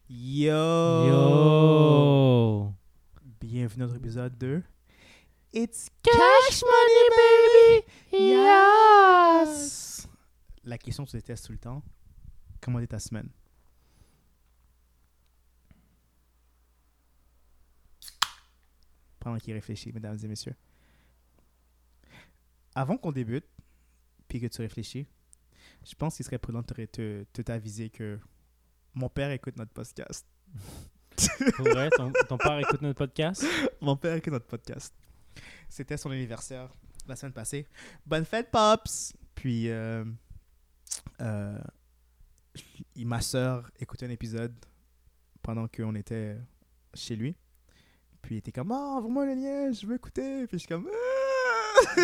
Yo! Yo! Bienvenue à notre épisode 2. It's Cash money, baby! Yes! La question que tu détestes tout le temps, comment est ta semaine? Pendant qu'il réfléchit, mesdames et messieurs. Avant qu'on débute, puis que tu réfléchis, je pense qu'il serait prudent de te t'aviser que mon père écoute notre podcast. Pour vrai, ton père écoute notre podcast? Mon père écoute notre podcast. C'était son anniversaire la semaine passée. Bonne fête, Pops! Puis, ma soeur écoutait un épisode pendant qu'on était chez lui. Puis, il était comme « Ah, envoie-moi le lien, je veux écouter! » Puis, je suis comme «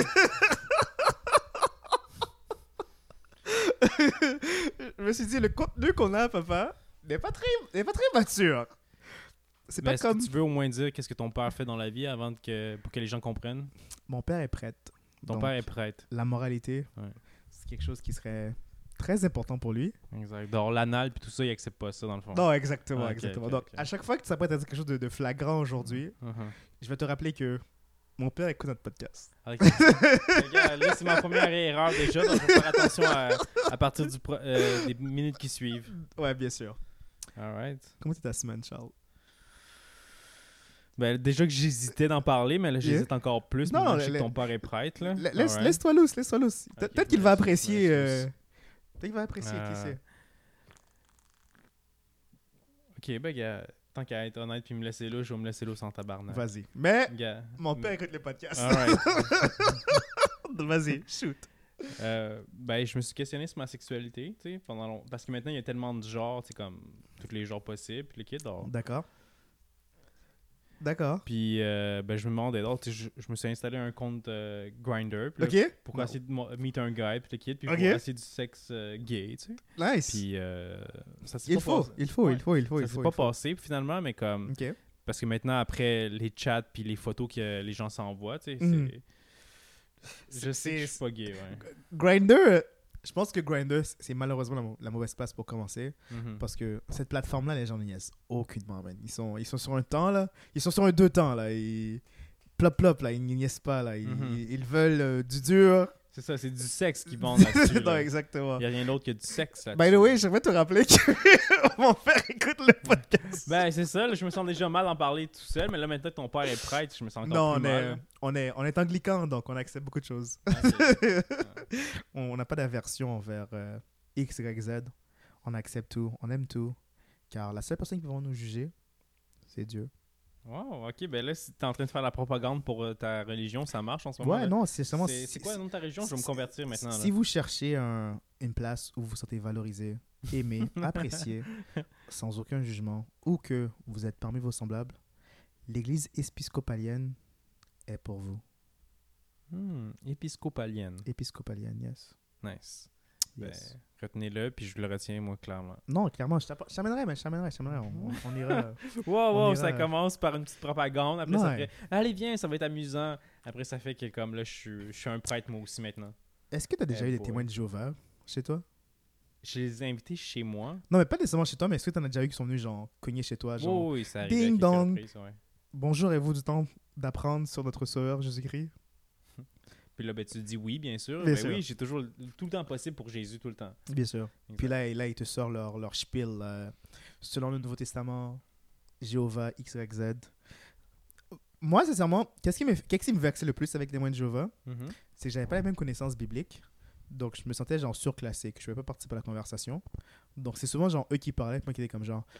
Je me suis dit, le contenu qu'on a, papa, n'est pas très mature. C'est Mais pas est-ce comme... que tu veux au moins dire qu'est-ce que ton père fait dans la vie avant pour que les gens comprennent? Mon père est prêtre. Ton Donc, père est prêtre. la moralité, Ouais. c'est quelque chose qui serait très important pour lui. Exact. Dans l'anal puis tout ça, il accepte pas ça dans le fond. Non, exactement, Ah, ok, exactement. ok, Donc, ok. à chaque fois que ça peut être quelque chose de flagrant aujourd'hui, je vais te rappeler que mon père écoute notre podcast. Ok. Regarde, là, c'est ma première erreur déjà, donc je vais faire attention à partir des minutes qui suivent. Ouais, bien sûr. Alright. Comment était ta semaine, Charles? Ben, déjà que j'hésitais d'en parler, mais là, j'hésite encore plus. Non, Non, je sais que ton père est prêtre, là. Alright. Laisse-toi loose, laisse-toi loose. Ok, Peut-être qu'il je va laisse- apprécier... je laisse Peut-être qu'il va apprécier, qui sait. Ok, ben, gars, tant qu'à être honnête puis me laisser là, je vais me laisser là sans tabarnak. Vas-y. Mais Gars, mon père écoute le podcast. Alright. Vas-y, shoot. Ben, je me suis questionné sur ma sexualité, tu sais, parce que maintenant, il y a tellement de genres, tu sais, comme tous les genres possibles, puis le kid, alors. D'accord. D'accord. Puis, ben, je me demandais, alors, tu sais, je me suis installé un compte Grindr, puis là, OK? pour Non. essayer de meet un gars, puis le kid, puis Ok. pour essayer du sexe gay, tu sais. Nice. Puis, ça s'est Il pas faut, passé. il faut, Ouais. il faut, il faut, Ça il s'est faut. pas il faut. passé, finalement, mais comme... OK. Parce que maintenant, après les chats puis les photos que les gens s'envoient, tu sais, Mhm. je sais que je suis pas gay, ouais. Grindr, je pense que Grindr, c'est malheureusement la mauvaise place pour commencer. Mhm. Parce que cette plateforme-là, les gens n'y niaisent aucunement, man. Ils sont sur un temps, là. Ils sont sur un deux temps, là. Plop, plop, là. Ils n'y niaisent pas, là. Mhm. Ils veulent du dur. C'est ça, c'est du sexe qui vendent là-dessus. Non, là. exactement. Il n'y a rien d'autre que du sexe là-dessus. By the way, j'aimerais te rappeler que mon père écoute le podcast. Ben, c'est ça, là, je me sens déjà mal d'en parler tout seul, mais là, maintenant que ton père est prêtre, je me sens encore Non, plus mal. on est anglican, donc on accepte beaucoup de choses. Ok. On n'a pas d'aversion envers X, Y, Z. On accepte tout, on aime tout. Car la seule personne qui va nous juger, c'est Dieu. Wow, ok, ben là, si t'es en train de faire la propagande pour ta religion, ça marche en ce moment. Ouais, là. non, c'est seulement... C'est quoi le nom de ta religion? Je vais me convertir maintenant. Si Là. vous cherchez une place où vous vous sentez valorisé, aimé, apprécié, sans aucun jugement, ou que vous êtes parmi vos semblables, l'église épiscopalienne est pour vous. Épiscopalienne. Épiscopalienne, yes. Nice. Yes. Ben, retenez-le, puis je le retiens, moi, clairement. Non, clairement, je t'amènerai, mais je t'amènerai. On ira... Wow, On ça ira- commence par une petite propagande. Après, ça Ouais. fait allez, viens, ça va être amusant. Après, ça fait que, comme là, je suis un prêtre, moi aussi, maintenant. Est-ce que tu as déjà eu des boy. témoins de Jéhovah chez toi? Je les ai invités chez moi. Non, mais pas nécessairement chez toi, mais est-ce que tu en as déjà eu qui sont venus, genre, cogner chez toi, genre, Oui, ça arrive. ding dong. Ouais. bonjour, avez-vous du temps d'apprendre sur notre Sauveur Jésus-Christ? Puis là, ben, tu dis oui, bien sûr. Bien Ben sûr. oui, j'ai toujours tout le temps possible pour Jésus, tout le temps. Bien sûr. Exact. Puis là, ils te sortent leur spiel selon le Nouveau Testament, Jéhovah, X, Y, Z. Moi, sincèrement, qu'est-ce qui me vexait le plus avec les témoins de Jéhovah, Mhm. c'est que j'avais pas les mêmes connaissances bibliques. Donc, je me sentais genre surclassé, que je ne pouvais pas participer à la conversation. Donc, c'est souvent genre eux qui parlaient, puis moi qui étais comme genre,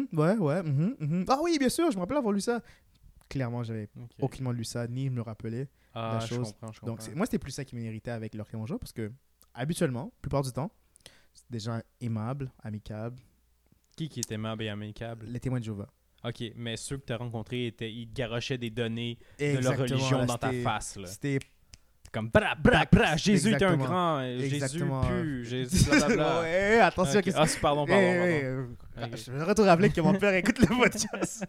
ah oui, bien sûr, je me rappelle avoir lu ça. Clairement, j'avais Ok. aucunement lu ça, ni me rappelais. Ah, la je chose. comprends, je comprends. Donc, moi, c'était plus ça qui m'irritait avec leur témoin de Jéhovah, parce que, habituellement, la plupart du temps, c'est des gens aimables, amicables, Qui était aimable et amicable? les témoins de Jéhovah. Ok, mais ceux que tu as rencontrés, ils te garochaient des données de leur Exactement, religion là, dans ta c'était- face. Là. C'était Comme bra, bra, bra, Jésus est un Exactement. grand, Exactement. Jésus pue, Jésus blablabla. ouais, attention. Ok. Ah, pardon, pardon. Ok. Je vais te rappeler que mon père écoute le podcast.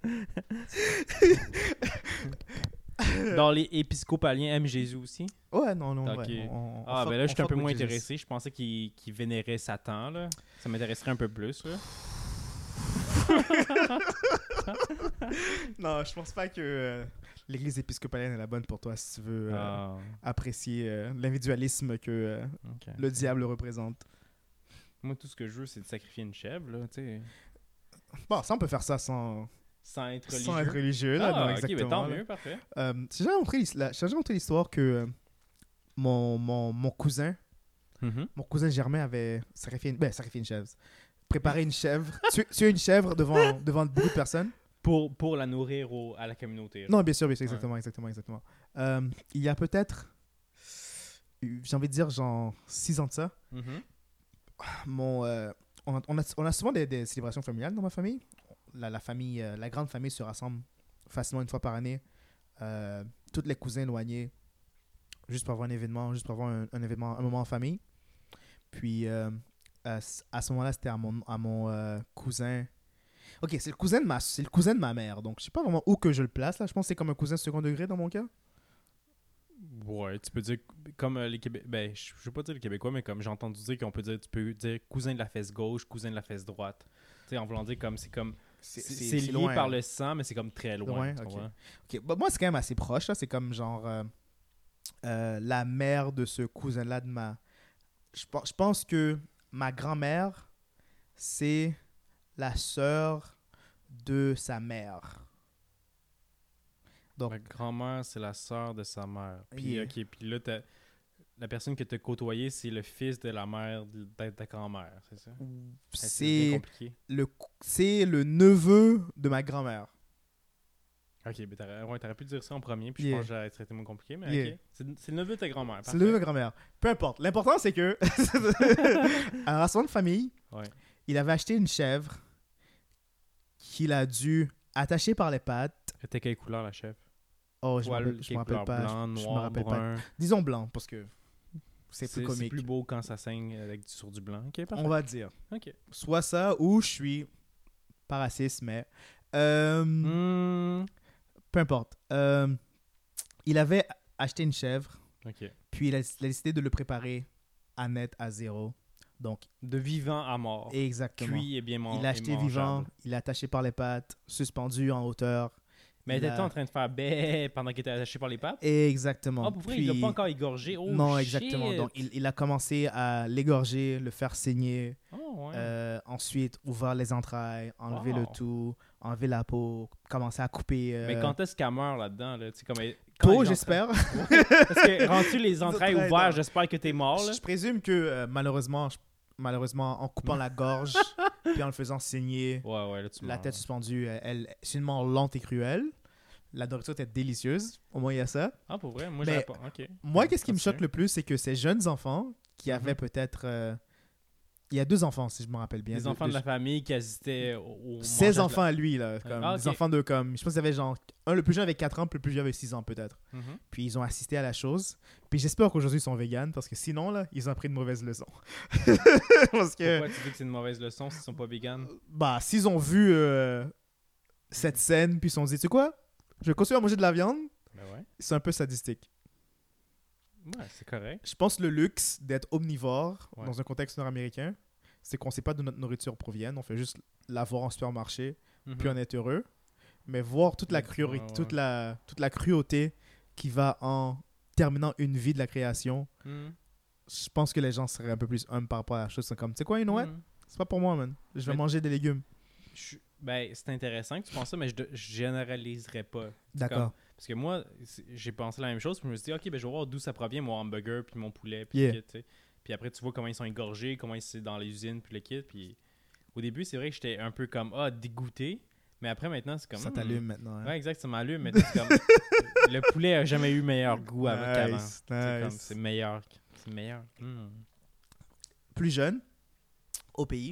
Dans les épiscopaliens aiment Jésus aussi? Ouais, non, Ok. ouais. Ah, ben là, je suis un peu moins intéressé. Je pensais qu'il vénérait Satan, là. Ça m'intéresserait un peu plus, là. Non, je pense pas que l'église épiscopalienne est la bonne pour toi si tu veux apprécier l'individualisme que Ok. le diable représente. Moi, tout ce que je veux, c'est de sacrifier une chèvre, là, tu sais. Bon, ça, on peut faire ça sans Sans être religieux. être religieux. Là, non, Ah, ok, exactement. mais tant là. mieux, parfait. J'ai déjà montré l'histoire que mon cousin Germain avait sacrifié une chèvre. Préparé une chèvre, tué une chèvre devant beaucoup de personnes. Pour la nourrir à la communauté. là. Non, bien sûr, exactement. Il y a peut-être, j'ai envie de dire, genre 6 ans de ça, Mhm. on a souvent des célébrations familiales dans ma famille. La famille, la grande famille se rassemble facilement une fois par année. Toutes les cousins éloignés, juste pour avoir un événement, juste pour avoir un événement, un moment en famille. Puis à ce moment-là, c'était à mon cousin. Ok, c'est le cousin de ma mère. Donc, je sais pas vraiment où que je le place là. Je pense que c'est comme un cousin second degré dans mon cas. Ouais, tu peux dire comme les Québécois. Ben, je veux pas dire les Québécois, mais comme j'ai entendu dire qu'on peut dire, tu peux dire cousin de la fesse gauche, cousin de la fesse droite. Tu sais, en voulant dire comme c'est comme. C'est lié loin, par hein. le sang, mais c'est comme très loin. Loin, tu ok. comprends? Ok, bah, moi, c'est quand même assez proche là. C'est comme genre la mère de ce cousin-là de ma. Je pense que ma grand-mère, c'est la sœur de sa mère. Donc, Ma grand-mère, c'est la sœur de sa mère. Puis, Yeah. ok, puis là, la personne que tu as côtoyée, c'est le fils de la mère de ta grand-mère, c'est ça? bien c'est compliqué. c'est le neveu de ma grand-mère. Ok, mais t'aurais pu dire ça en premier, puis Yeah. je pense que j'aurais traité moins compliqué, mais Yeah. ok. C'est le neveu de ta grand-mère. C'est le neveu de ma grand-mère. Peu importe. L'important, c'est que à un rassemblement de famille, Ouais. il avait acheté une chèvre qu'il a dû attacher par les pattes. C'était quelle couleur la chef? Oh, je me rappelle pas. Blanc, Je me noir, rappelle pas. brun. Disons blanc, parce que c'est plus C'est comique. plus beau quand ça saigne sur du blanc. Ok, parfait. On va dire. Ok. Soit ça, ou je suis pas raciste, mais... peu importe. Il avait acheté une chèvre, Ok. puis il a décidé de le préparer à net, à zéro. Donc, De vivant à mort. exactement. Cuit et bien mangé. Il l'a acheté vivant, il l'a attaché par les pattes, suspendu en hauteur. Mais il t'étais a- en train de faire bé pendant qu'il était attaché par les pattes? Exactement. Ah, pour vrai, Puis- il l'a pas encore égorgé? Oh, non, shit! exactement. Donc, il a commencé à l'égorger, le faire saigner. Oh, ouais. Ensuite, ouvrir les entrailles, enlever Wow. le tout, enlever la peau, commencer à couper. Mais quand est-ce qu'elle meurt là-dedans? Là? Tu sais, comme, peau, j'espère. Parce que rends-tu les entrailles entrailles, ouvertes, non. j'espère que t'es mort. Là. Je présume que malheureusement, en coupant la gorge puis en le faisant saigner, Ouais, là, tu la meurs. tête suspendue, c'est une mort lente et cruelle. La nourriture était délicieuse. Au moins, il y a ça. Ah, pour vrai? Moi, Mais j'avais pas. Ok. Moi, qu'est-ce qui me Continue. choque le plus, c'est que ces jeunes enfants qui avaient peut-être... il y a 2 enfants, si je me rappelle bien. Les enfants de la famille qui assistaient au 16 mangeage enfants à lui, là. Comme, Ah, des ok. enfants de comme... Je pense qu'il y avait genre... le plus jeune avait 4 ans, puis le plus vieux avait 6 ans, peut-être. Mhm. Puis ils ont assisté à la chose. Puis j'espère qu'aujourd'hui, ils sont véganes, parce que sinon, là, ils ont appris de mauvaises leçons. Parce que... Pourquoi tu dis que c'est une mauvaise leçon s'ils sont pas véganes? Bah, s'ils ont vu cette scène, puis ils se sont dit, tu sais quoi? Je vais continuer à manger de la viande. Ben ouais. C'est un peu sadistique. Ouais, c'est correct. Je pense le luxe d'être omnivore Ouais. dans un contexte nord-américain, c'est qu'on sait pas d'où notre nourriture provient. On fait juste l'avoir en supermarché, puis on est heureux. Mais voir toute la Ouais, cruauté, ouais. toute la cruauté qui va en terminant une vie de la création, Mhm. je pense que les gens seraient un peu plus humbles par rapport à la chose. C'est comme, tu sais quoi, you know what? Mhm. C'est pas pour moi, man. Je vais Mais- manger des légumes. Ben, c'est intéressant que tu penses ça, mais je généraliserais pas. D'accord. Parce que moi, j'ai pensé la même chose, puis je me suis dit, ok, ben, je vais voir d'où ça provient, mon hamburger, puis mon poulet, puis Yeah. le kit, tu sais. Puis après, tu vois comment ils sont égorgés, comment ils sont dans les usines, puis le kit. Puis au début, c'est vrai que j'étais un peu comme, dégoûté. Mais après, maintenant, c'est comme. Ça t'allume maintenant. Hein? Ouais, exact, ça m'allume. Mais c'est comme. Le poulet a jamais eu meilleur goût qu'avant. Nice, C'est comme, nice. c'est meilleur. C'est meilleur. Mm. Plus jeune, au pays,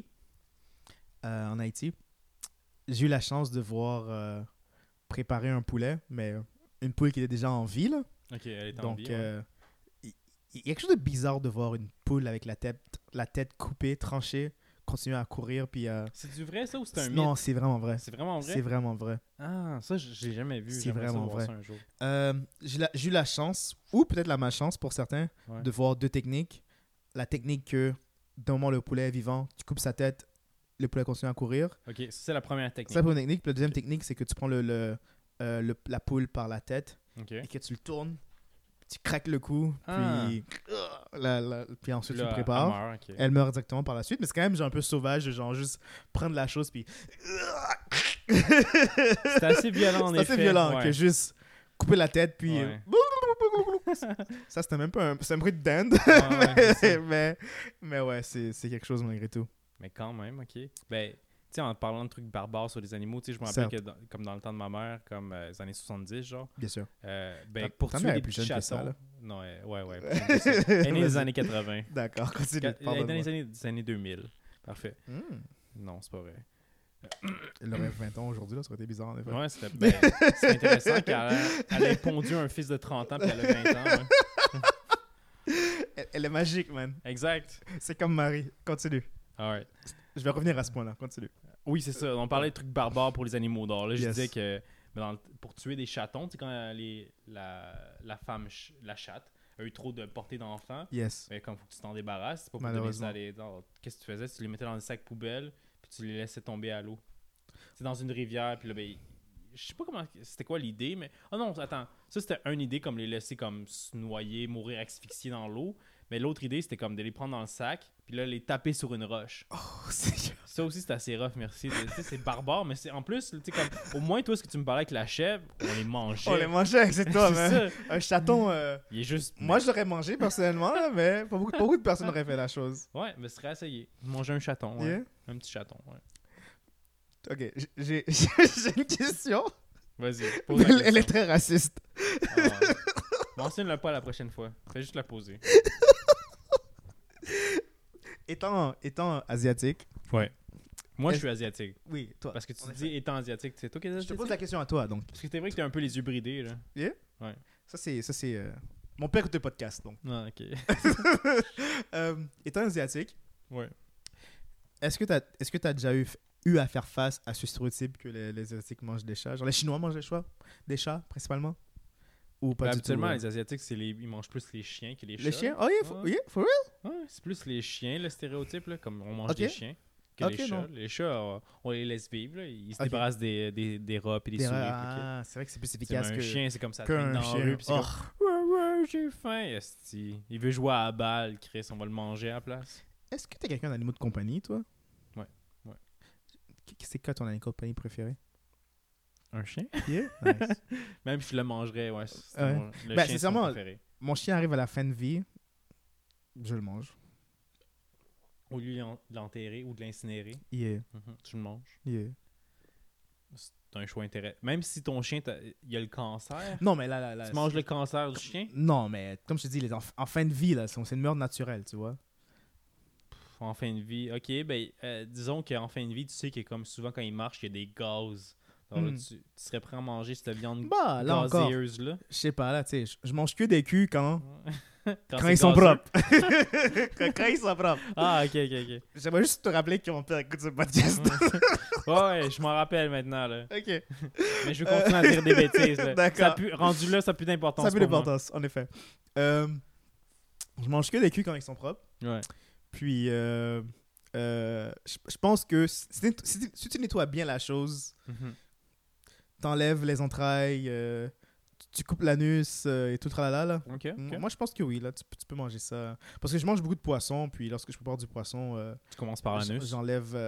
en Haïti, j'ai eu la chance de voir préparer un poulet, mais une poule qui était déjà en vie, là. Ok, elle est en Donc, vie. Ouais. il y a quelque chose de bizarre de voir une poule avec la tête coupée, tranchée, continuer à courir, puis... C'est du vrai, ça, ou c'est un non, mythe? c'est vraiment vrai. C'est vraiment vrai? C'est vraiment vrai. Ah, ça, j'ai jamais vu. C'est J'aimerais ça vraiment voir vrai. ça un jour. J'ai eu la chance, ou peut-être la malchance pour certains, Ouais. de voir 2 techniques. La technique que, d'un moment le poulet est vivant, tu coupes sa tête le poulet continue à courir. Ok, ça, c'est la première technique. C'est la première technique. Puis la deuxième technique, c'est que tu prends la poule par la tête Ok. et que tu le tournes, tu craques le cou, Ah. puis ensuite tu Là, le prépares. elle meurt, ok. Elle meurt exactement par la suite, mais c'est quand même genre un peu sauvage de genre juste prendre la chose puis C'est assez violent en c'est effet. assez violent ouais. que juste couper la tête puis Ouais. ça c'était même pas c'est un bruit de dinde Ouais, c'est ça. mais ouais c'est quelque chose malgré tout. Mais quand même, ok. Ben, tu sais, en parlant de trucs barbares sur les animaux, tu sais, je me Certes. rappelle que comme dans le temps de ma mère, comme les années 70, genre, Bien sûr. ben, Ta- pour ta tuer mère est des plus petits jeune que ça, chatons. là. Non, ouais. Elle est née des Vas-y. années 80. D'accord, continue. Elle est dans Pardonne-moi. les années 2000. Parfait. Non, c'est pas vrai. Elle aurait 20 ans aujourd'hui, là, ça aurait été bizarre en effet. Ouais, c'est intéressant qu'elle ait pondu un fils de 30 ans puis elle a 20 ans. Ouais. Elle est magique, man. Exact. C'est comme Marie. Continue. Alright. Je vais revenir à ce point-là. Continue. Oui, c'est ça. On parlait de trucs barbares pour les animaux d'or. Là, je Yes. disais que pour tuer des chatons, tu sais, quand la femme, la chatte, a eu trop de portée d'enfants, Yes. ben, comme faut que tu t'en débarrasses, c'est pas pour donner Malheureusement. ça qu'est-ce que tu faisais? Tu les mettais dans des sacs poubelles, puis tu les laissais tomber à l'eau. C'est dans une rivière, puis là, ben, je sais pas comment, c'était quoi l'idée, mais... Oh non, attends, ça c'était une idée, comme les laisser comme se noyer, mourir asphyxiés dans l'eau, mais l'autre idée, c'était comme de les prendre dans le sac, puis là, les taper sur une roche. Oh, c'est... Ça aussi, c'est assez rough, merci. Tu sais, c'est barbare, mais c'est en plus, tu sais, comme, au moins, toi, ce que tu me parlais avec la chèvre, on les mangeait. On les mangeait, c'est toi, C'est man. ça. Un chaton... Il est juste... Moi, je l'aurais mangé personnellement, là, mais pas beaucoup de personnes auraient fait la chose. Ouais, mais ce serait essayé. Manger un chaton, ouais. Yeah? Un petit chaton, ouais. Ok, j'ai une question. Vas-y, Mais pose la elle est question. très raciste. Ah. Mentionne-le pas la prochaine fois. Fais juste la poser. Étant asiatique... Ouais. Moi, je Est-ce- suis asiatique. Oui, toi. Parce que tu En dis étant asiatique, c'est toi qui es Je te asiatique? pose la question à toi, donc. Parce que c'est vrai que t'es un peu les yeux bridés, là. Ça, c'est mon père écoute le podcast, donc. Ah, ok. Étant asiatique, Ouais. est-ce que t'as déjà eu à faire face à ce stéréotype que les Asiatiques mangent des chats? Genre les Chinois mangent des chats, principalement? Ou pas Ben, du habituellement, tout? les asiatiques, ils mangent plus les chiens que les chats. Les chiens? Oh yeah, Ouais. for real? Ouais, c'est plus les chiens, le stéréotype, là, comme on mange Ok. des chiens, que Ok, les chats. non. Les chats, on les laisse vivre, là. Ils se Ok. débarrassent des rats et des souris. Ah, c'est vrai que c'est plus puis efficace un que... chien, c'est comme ça, qu'un traîne dans chien. la rue, puis c'est Oh. comme, ouais, j'ai faim, esti. Il veut jouer à la balle, Chris, on va le manger à la place. Est-ce que t'es quelqu'un d'animaux de compagnie, toi? Ouais. C'est quoi ton animal de compagnie préféré? Un chien? Yeah? Nice. Même si je le mangerais, ouais. C'est Ouais. le Ben, chien, c'est sincèrement, mon préféré. Mon chien arrive à la fin de vie, je le mange. Au lieu de l'enterrer ou de l'incinérer, Yeah, tu le manges. yeah. C'est un choix intéressant. Même si ton chien, il a le cancer, Non, mais là... tu manges le cancer du chien? Non, mais comme je te dis, en fin de vie, là, c'est une meurtre naturelle, tu vois. En fin de vie. Ok, ben, disons qu'en fin de vie, tu sais que comme souvent quand il marche, il y a des gaz. Alors là, tu serais prêt à manger cette viande Bah, là encore, gazeuse-là? je sais pas, là, tu sais, je mange que des culs quand Quand ils sont gazeux. propres. quand ils sont propres. Ah, ok. J'aimerais juste te rappeler que mon père écoute ce podcast. Ouais, je m'en rappelle maintenant, là. Ok. Mais je vais continuer à dire des bêtises, là. D'accord. Rendu là, ça n'a plus d'importance. Ça a plus pour moi. d'importance, en effet. Je mange que des culs quand ils sont propres. Ouais. Puis, je pense que si tu nettoies bien la chose, t'enlèves les entrailles, tu coupes l'anus et tout tralala, là. Ok. Moi, je pense que oui, là, tu peux manger ça. Parce que je mange beaucoup de poisson, puis lorsque je prépare du poisson, Tu commences par l'anus. j'enlève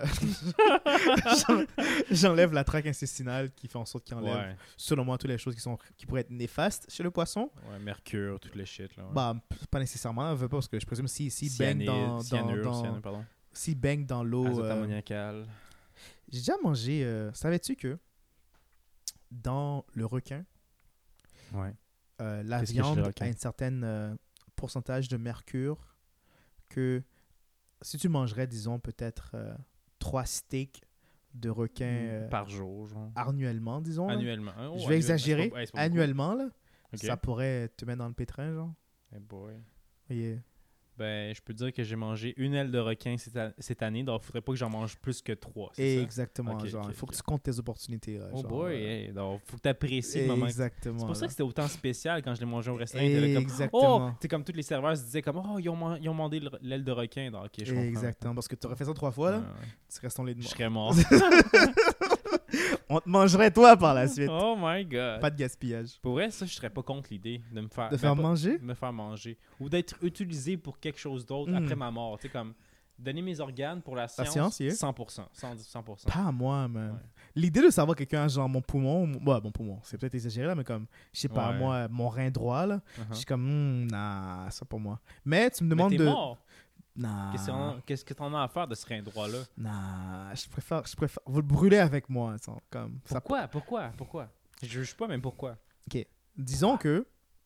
j'enlève la traque intestinale qui fait en sorte qu'il enlève, Ouais. selon moi, toutes les choses qui pourraient être néfastes chez le poisson. Ouais, mercure, toutes les shit, là. Ouais. Bah, pas nécessairement, je veux pas, parce que je présume s'il baigne Cyanure, pardon. s'il baigne dans l'eau. Azote ammoniacal. J'ai déjà mangé. Savais-tu que dans le requin, Ouais. la Qu'est-ce qu'il y a chez le viande requin? a un certain pourcentage de mercure que si tu mangerais, disons, peut-être 3 steaks de requin Par jour, genre. annuellement, disons. Là. Annuellement. Oh, Je annuellement, vais exagérer. c'est pas beaucoup. Annuellement, là, Ok. ça pourrait te mettre dans le pétrin, genre. Eh boy. Yeah. Ben, je peux dire que j'ai mangé une aile de requin cette année, donc il faudrait pas que j'en mange plus que 3, c'est ça? Exactement. Ok, Genre, ok, il faut que ok. tu comptes tes opportunités. Là, Oh genre, boy, hey, donc faut que tu apprécies le moment. C'est exactement. pour ça Là. que c'était autant spécial quand je l'ai mangé au restaurant. Ils étaient là comme, oh, Exactement. tu sais, comme tous les serveurs se disaient comme, oh, ils ont mangé l'aile de requin. Donc, ok, je comprends maintenant. Exactement. Parce que tu aurais fait ça 3 fois, là, Ouais, ouais. tu restes en lit de Je mort. serais mort. On te mangerait, toi, par la suite. Oh my god. Pas de gaspillage. Pour vrai, ça, je serais pas contre l'idée de me faire, De faire pas- manger? me faire manger. Ou d'être utilisé pour quelque chose d'autre après ma mort. Tu sais, comme donner mes organes pour la science, yeah. 100%. 100%. Pas moi, man. Ouais. L'idée de savoir quelqu'un, genre mon poumon, ouais, mon poumon, c'est peut-être exagéré là, mais comme, je sais pas, Ouais. moi, mon rein droit, là, Uh-huh. je suis comme, nah, ça pour moi. Mais tu me Mais demandes t'es de. mort. Nah. Qu'est-ce que t'en as à faire de ce rein droit-là? Nah, je préfère. Vous le brûler avec moi, ça, comme. Ça, Pourquoi? Je juge pas même pourquoi. disons que.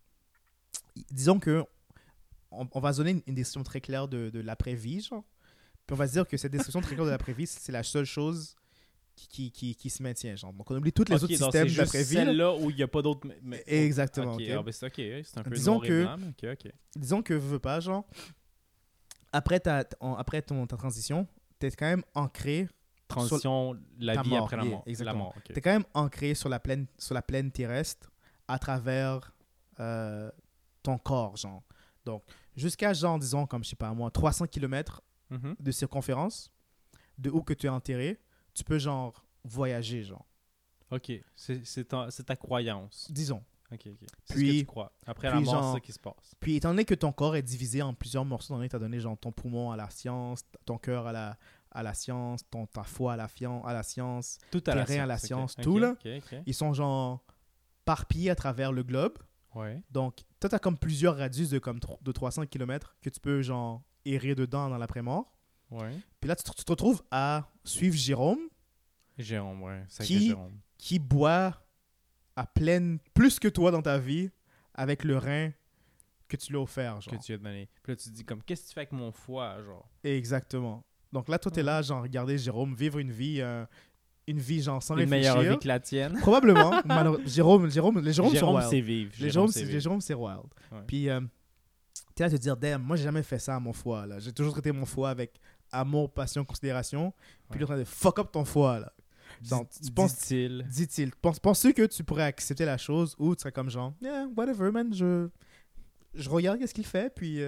On va se donner une description très claire de l'après-vie, genre. Puis on va se dire que cette description très claire de l'après-vie, c'est la seule chose qui se maintient, genre. Donc on oublie tous les autres donc systèmes c'est juste d'après-vie. là. celle-là où il n'y a pas d'autres... Exactement, Ok, ok. ah, ben c'est ok, c'est un peu Disons noir et que- blanc, mais ok. Disons que, veux pas, genre. Après ta transition, t'es quand même ancré. Transition, la ta vie mort, après la yeah, mort. exactement. La mort, ok. T'es quand même ancré sur la plaine terrestre à travers ton corps, genre. Donc, jusqu'à, genre, disons, comme, je sais pas moi, 300 km Mhm. de circonférence, de où que tu es enterré, tu peux, genre, voyager, genre. Ok, c'est ta croyance. Disons. Ok. C'est ce Puis- que tu crois. Après la puis mort, genre- c'est ça qui se passe. Puis, étant donné que ton corps est divisé en plusieurs morceaux, étant donné que tu as donné, genre, ton poumon à la science, ton cœur à la science, ta foi à la science, Tout à tes la reins à la science, science, ok. tout, là. Ok. Ils sont, genre, parpillés à travers le globe. Ouais. Donc, toi, tu as comme plusieurs radius de 300 km que tu peux, genre, errer dedans dans l'après-mort. Ouais. Puis là, tu te retrouves à suivre Jérôme, Jérôme, ouais. C'est Qui- Jérôme. qui boit à pleine, plus que toi dans ta vie, avec le rein que tu lui as offert, genre. Que tu as donné. Puis là, tu te dis comme, qu'est-ce que tu fais avec mon foie, genre? Exactement. Donc là, toi, t'es là, genre, regarder Jérôme vivre une vie, genre, sans Une meilleure réfléchir. vie que la tienne. Probablement. Jérôme sont Jérôme, wild. c'est vivre. Les Jérôme, c'est wild. Ouais. Puis, t'es là à te dire, damn, moi, j'ai jamais fait ça à mon foie, là. J'ai toujours traité mon foie avec amour, passion, considération. Puis Ouais. là, t'es en train de fuck up ton foie, là. Donc, tu penses, Dit-il. dit-il, penses-tu que tu pourrais accepter la chose ou tu serais comme genre, yeah, whatever, man, je regarde qu'est-ce qu'il fait, puis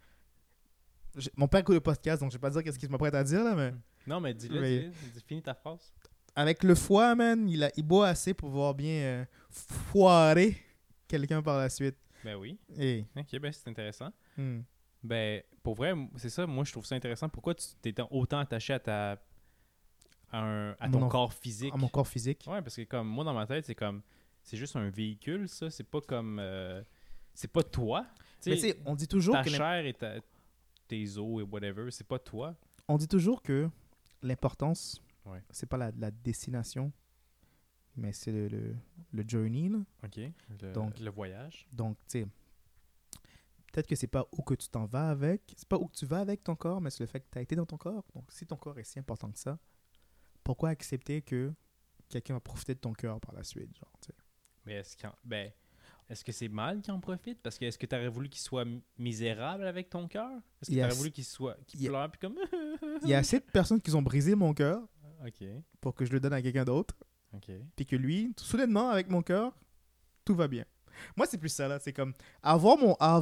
mon père écoute le podcast, donc je vais pas dire qu'est-ce qu'il m'apprête à dire, là, mais Non, mais dis-le, Mais- finis ta phrase. avec le foie, man, il boit assez pour pouvoir bien foirer quelqu'un par la suite. Ben oui. Et, Ok, ben c'est intéressant. hmm. Ben, pour vrai, c'est ça, moi je trouve ça intéressant. Pourquoi tu t'es autant attaché à ton Mon corps physique? À mon corps physique. Ouais, parce que comme moi dans ma tête, c'est juste un véhicule, ça. C'est pas comme. C'est pas toi. Tu Mais tu sais, sais, on dit toujours ta que chair et tes os et whatever, c'est pas toi. l'importance, Ouais. c'est pas la destination, mais c'est le journey, là. Ok. Donc- Le voyage. Donc, tu sais, peut-être que c'est pas où que tu t'en vas avec, c'est pas où que tu vas avec ton corps, mais c'est le fait que tu as été dans ton corps. Donc, si ton corps est si important que ça, pourquoi accepter que quelqu'un va profiter de ton cœur par la suite, genre, tu sais? Mais est-ce que c'est mal qu'il en profite? Parce que est-ce que tu aurais voulu qu'il soit misérable avec ton cœur? Est-ce que tu Yes. aurais voulu qu'il Yeah. pleure puis comme. Il y a assez de personnes qui ont brisé mon cœur Ok. pour que je le donne à quelqu'un d'autre, Ok. puis que lui, soudainement, avec mon cœur, tout va bien. Moi, c'est plus ça, là. C'est comme, avoir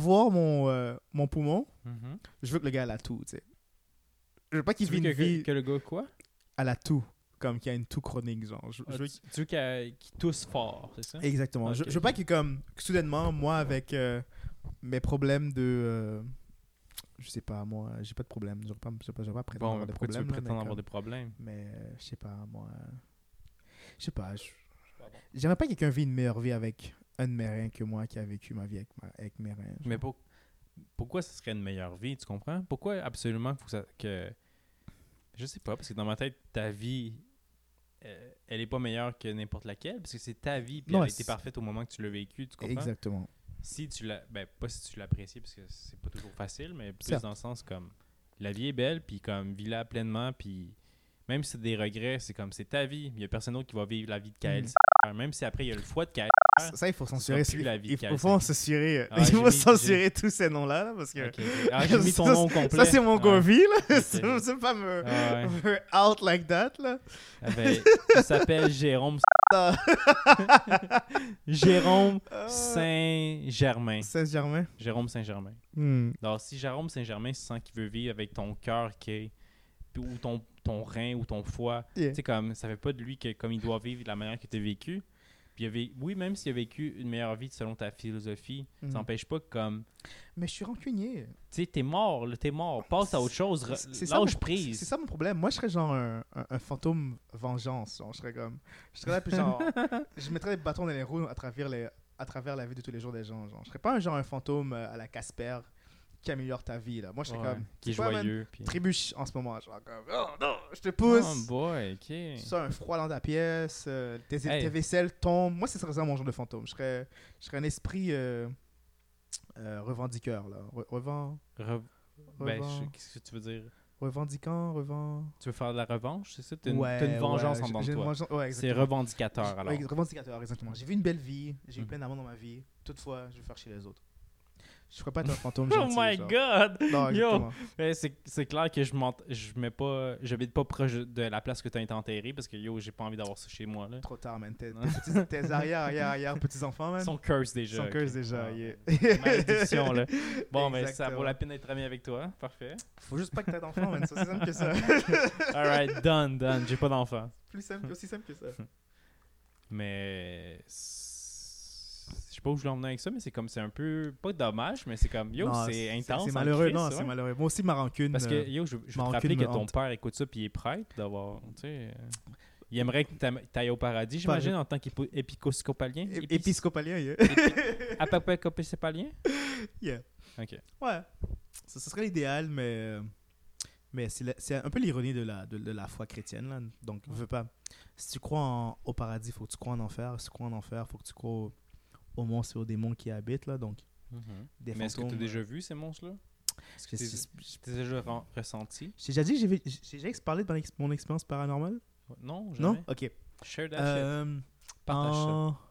mon poumon, Mhm. je veux que le gars, elle a tout, tu sais. Je veux pas qu'il Tu veux vive une vie que le gars quoi? à la toux, comme qu'il y a une toux chronique, genre. Je veux Tu veux qu'il tousse fort, c'est ça? Exactement. Ok. Je veux pas que comme que soudainement moi avec mes problèmes de je sais pas moi, j'ai pas de problème, je vais pas prétendre Bon, avoir des pourquoi tu veux problèmes là, prétendre mais, avoir comme- des problèmes? mais je sais pas moi, je sais pas, j'aimerais pas que quelqu'un vit une meilleure vie avec un de mes reins que moi qui a vécu ma vie avec mes reins. genre. Mais pourquoi ce serait une meilleure vie, tu comprends? Pourquoi absolument faut que... Je sais pas, parce que dans ma tête, ta vie, elle est pas meilleure que n'importe laquelle, parce que c'est ta vie, puis Non, elle a été c'est- parfaite au moment que tu l'as vécu, tu comprends? Exactement. Si tu l'as... Ben, pas si tu l'apprécies, parce que c'est pas toujours facile, mais plus Certes. dans le sens comme... La vie est belle, puis comme vis-la pleinement, puis même si c'est des regrets, c'est comme c'est ta vie. Il y a personne d'autre qui va vivre la vie de Kael. Même si après il y a le foie de Kael. Ça, il faut censurer. Il faut censurer. Ah, il faut mis- censurer tous ces noms-là, là, parce que. Ok. Ah, j'ai mis ton nom au complet. Ça, c'est mon Gorvy, là. Ok. C'est pas me Ouais. out like that, là. Ah ben, il s'appelle Jérôme. Jérôme Saint-Germain. Saint-Germain. Jérôme Saint-Germain. Alors, si Jérôme Saint-Germain sent qu'il veut vivre avec ton cœur qui est ou ton rein ou ton foie, Yeah. tu sais, comme ça fait pas de lui que comme il doit vivre de la manière que tu as vécu. Puis oui, même s'il a vécu une meilleure vie selon ta philosophie, ça n'empêche pas que comme. Mais je suis rancunier. Tu sais, t'es mort, là, t'es mort. Passe à autre chose, lâche prise. C'est ça mon problème. Moi, je serais genre un fantôme vengeance. Genre, je serais là, puis genre, je mettrais des bâtons dans les roues à travers la vie de tous les jours des gens. Genre, je serais pas un fantôme à la Casper qui améliore ta vie, là. Moi, je serais comme. Qui est c'est quoi, joyeux. man? Puis... Trébuche en ce moment. Genre, comme, oh non, je te pousse. Oh boy, ok. Ça, un froid dans ta pièce, tes vaisselles tombent. Moi, ce serait ça mon genre de fantôme. Je serais un esprit revendiqueur, là. Qu'est-ce que tu veux dire? Revendiquant. Tu veux faire de la revanche, c'est ça? T'as Ouais, une vengeance en dedans de toi. Ouais, C'est exactement. revendicateur, alors. Ouais, revendicateur, exactement. J'ai vu une belle vie, j'ai eu plein d'amour dans ma vie. Toutefois, je vais faire chez les autres. Je ferais pas être un fantôme Oh gentil. my genre. god! Non, exactement. C'est clair que j'habite pas proche de la place que t'as été enterré parce que j'ai pas envie d'avoir ça chez moi, là. Trop tard, man. Tes arrière petits-enfants, man. Ils sont curse déjà. Ils sont curse déjà, Ah, yeah. Malédiction, là. Bon, mais ça Exactement. vaut la peine d'être ami avec toi. Parfait. Faut juste pas que t'aies d'enfants, man. C'est aussi simple que ça. Alright, done. J'ai pas d'enfant. Aussi simple que ça. Mais... Je sais pas où je voulais en venir avec ça, mais c'est un peu... Pas dommage, mais c'est comme... Yo, Non, c'est intense. C'est en malheureux, Christ, non, ouais. c'est malheureux. Moi aussi, ma rancune. Parce que, yo, je veux te rappeler que ton père écoute ça puis il est prêtre d'avoir... Tu sais... Il aimerait que t'ailles au paradis, j'imagine, en tant qu'épiscopalien. Épiscopalien, yeah. Épiscopalien? Yeah. Ok. Ouais. Ce serait l'idéal, mais c'est un peu l'ironie de la foi chrétienne, là. Donc, veux pas. Si tu crois au paradis, il faut que tu crois en enfer. Si tu crois en enfer, il faut que tu crois aux monstres et aux démons qui y habitent, là. Donc, des mais est-ce que tu as fantômes, déjà vu ces monstres-là? Est-ce que tu as déjà ressenti? J'ai déjà dit que j'ai déjà parlé de mon expérience paranormale? Non, jamais. Non? Ok. Share that shit. Partage En ça.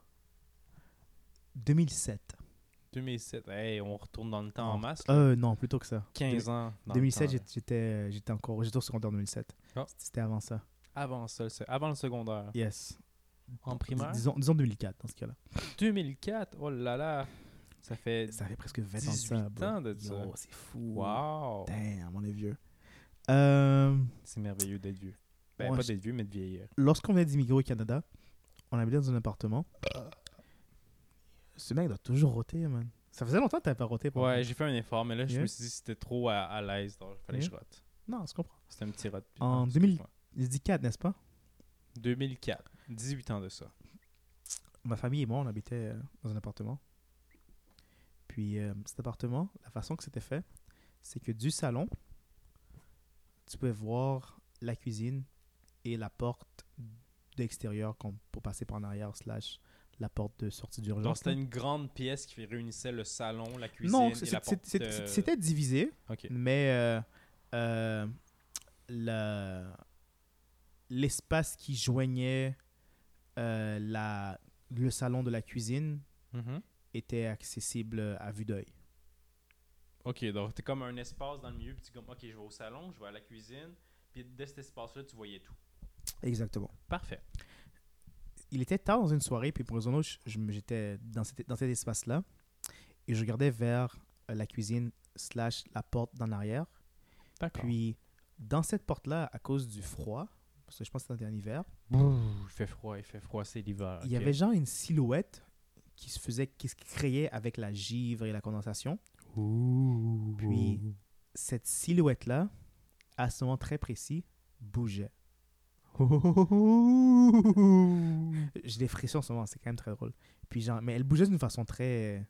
2007. 2007. Hey, on retourne dans le temps en masse. Là. Non, plutôt que ça. 15 ans. 2007, j'étais au secondaire en 2007. Oh. C'était avant ça. Avant ça, avant le secondaire. Yes. En primaire? Disons 2004 dans ce cas-là. 2004? Oh là là! Ça fait presque 20 ans de 18 ça. bro. ans de ça. Yo, c'est fou. Wow! Damn, on est vieux. C'est merveilleux d'être vieux. Ouais, Pas d'être vieux, mais de vieillir. Lorsqu'on venait d'immigrer au Canada, on habitait dans un appartement. Ce mec doit toujours roter, man. Ça faisait longtemps que t'avais pas roté. Ouais, j'ai fait un effort, mais là, je Yeah. me suis dit que c'était trop à l'aise, donc il fallait que je rote. Non, je comprends. C'était un petit rot. En 2014, n'est-ce pas? 2004. 18 ans de ça. Ma famille et moi, on habitait dans un appartement. Puis cet appartement, la façon que c'était fait, c'est que du salon, tu pouvais voir la cuisine et la porte d'extérieur pour passer par en arrière / la porte de sortie d'urgence. Donc c'était une grande pièce qui réunissait le salon, la cuisine Non, et la porte. c'était divisé, Ok. mais l'espace qui joignait le salon de la cuisine Mhm. était accessible à vue d'œil. Ok, donc t'es comme un espace dans le milieu, puis tu es comme, ok, je vais au salon, je vais à la cuisine, puis de cet espace-là, tu voyais tout. Exactement. Parfait. Il était tard dans une soirée, puis pour raison autre, j'étais dans cet espace-là, et je regardais vers la cuisine / la porte d'en arrière. D'accord. Puis, dans cette porte-là, à cause du froid, parce que je pense que c'était en hiver, il fait froid, c'est l'hiver. il y avait genre une silhouette qui se créait avec la givre et la condensation. Puis, cette silhouette-là, à ce moment très précis, bougeait. J'ai des frissons en ce moment, c'est quand même très drôle. Puis genre, mais elle bougeait d'une façon très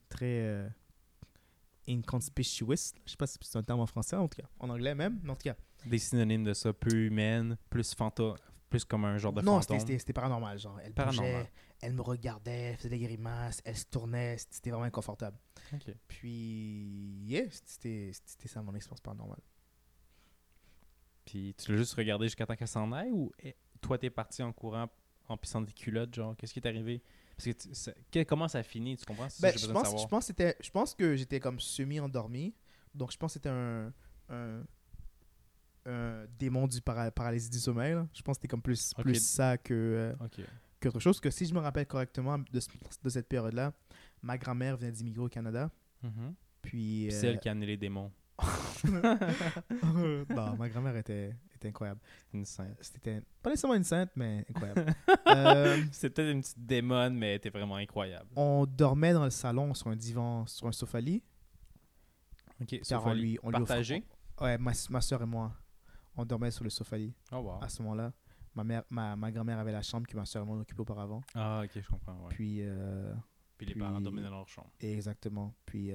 inconspicuous. Je sais pas si c'est un terme en français, en tout cas. En anglais même, mais en tout cas. Des synonymes de ça, peu humaine, plus plus comme un genre de Non, fantôme. c'était paranormal. Genre, elle bougeait, elle me regardait, elle faisait des grimaces, elle se tournait, c'était vraiment inconfortable. Ok. Puis, yeah, c'était ça mon expérience paranormale. Puis tu l'as juste regardé jusqu'à temps qu'elle s'en aille ou toi, t'es parti en courant en pissant des culottes, genre, qu'est-ce qui est arrivé? Parce que comment ça finit, tu comprends? C'est ça Ben, que j'ai besoin de savoir. je pense que j'étais comme semi-endormi. Donc, je pense que c'était un, un démon du paralysie du sommeil, là. Je pense que c'était comme Ok. plus ça Ok. qu'autre chose. Que si je me rappelle correctement de cette période-là, ma grand-mère venait d'immigrer au Canada. Mhm. Puis. Puis c'est elle qui a amené les démons. Non, ma grand-mère était incroyable. Une sainte. C'était pas nécessairement une sainte, mais incroyable. C'est peut-être une petite démon, mais elle était vraiment incroyable. On dormait dans le salon sur un divan, sur un sofa-lit. Ok, Car sauf on lui partagé. Ouais, ma soeur et moi, on dormait sur le sofa-lit Oh wow. à ce moment-là. Ma grand-mère avait la chambre que ma soeur et moi occupaient auparavant. Ah, ok, je comprends. Ouais. Puis, Puis les puis- parents dormaient dans leur chambre. exactement. Puis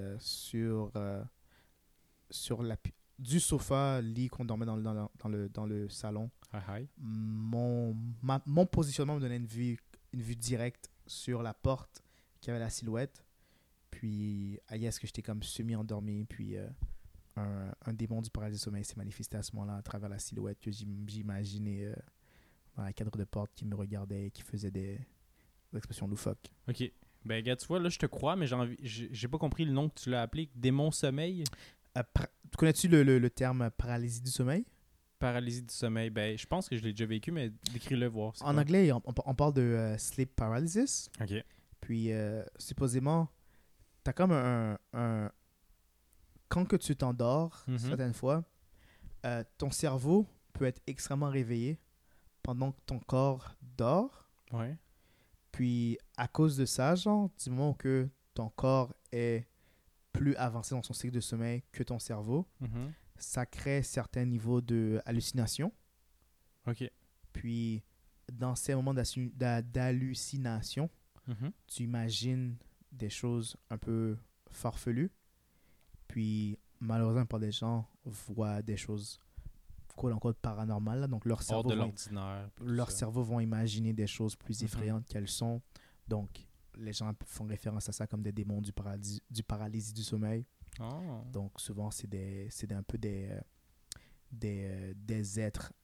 sur du sofa-lit qu'on dormait dans le salon, Hi, hi. mon positionnement me donnait une vue directe sur la porte qui avait la silhouette. Puis, est-ce que j'étais comme semi-endormi. Puis, un démon du paralysie du sommeil s'est manifesté à ce moment-là à travers la silhouette que j'imaginais dans la cadre de porte qui me regardait et qui faisait des expressions loufoques. Ok. Ben, gars, tu vois, là, je te crois, mais j'ai pas compris le nom que tu l'as appelé. Démon sommeil? Connais-tu le terme paralysie du sommeil? Paralysie du sommeil. Ben, je pense que je l'ai déjà vécu, mais décris-le voir. C'est En quoi? anglais, on parle de sleep paralysis. Ok. Puis, supposément, t'as comme quand que tu t'endors, Mhm. certaines fois, ton cerveau peut être extrêmement réveillé pendant que ton corps dort. Ouais. Puis, à cause de ça, genre, du moment que ton corps est plus avancé dans son cycle de sommeil que ton cerveau, Mhm. ça crée certains niveaux de hallucination. Ok. Puis, dans ces moments d'hallucination, Mhm. tu imagines des choses un peu farfelues. Puis, malheureusement, pas des gens voient des choses quote-unquote paranormales. Là. Donc, Hors de l'ordinaire. puis tout leur ça. cerveau vont imaginer des choses plus Mhm. effrayantes qu'elles sont. Donc, les gens font référence à ça comme des démons du paralysie du sommeil. Oh. Donc, souvent, c'est un peu des êtres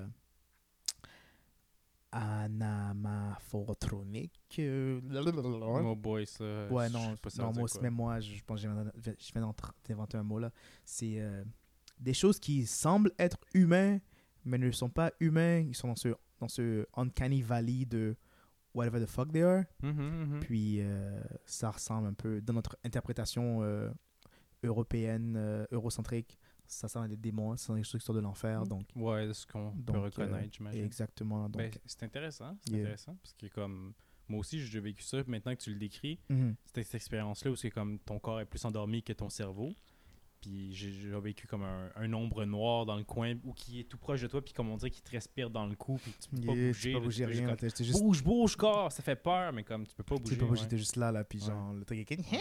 anamorphoniques. Oh boy, ça. Ouais, je non, sais pas ça non veut dire moi aussi, quoi. même moi, je pense que je viens d'inventer un mot là. C'est des choses qui semblent être humains, mais ne sont pas humains. Ils sont dans ce uncanny valley de whatever the fuck they are. Mhm, mhm. Puis ça ressemble un peu, dans notre interprétation européenne, eurocentrique, ça ressemble à des démons, ça sont des choses qui sortent de l'enfer. Donc, Ouais, c'est ce qu'on peut donc, reconnaître, j'imagine. exactement. Donc, Ben, c'est intéressant. C'est Yeah. intéressant. Parce que comme. Moi aussi, j'ai déjà vécu ça. Maintenant que tu le décris, mhm. cette expérience-là où c'est comme ton corps est plus endormi que ton cerveau. Puis j'ai vécu comme un ombre noire dans le coin ou qui est tout proche de toi. Puis comme on dirait qu'il te respire dans le cou. Puis tu peux pas Yeah, bouger. tu peux là, bouger tu peux juste rien. comme, T'es juste, bouge, corps. Ça fait peur. Mais comme tu peux pas tu bouger. peux pas bouger, ouais. t'es juste là, puis Ouais. genre, le truc est qui-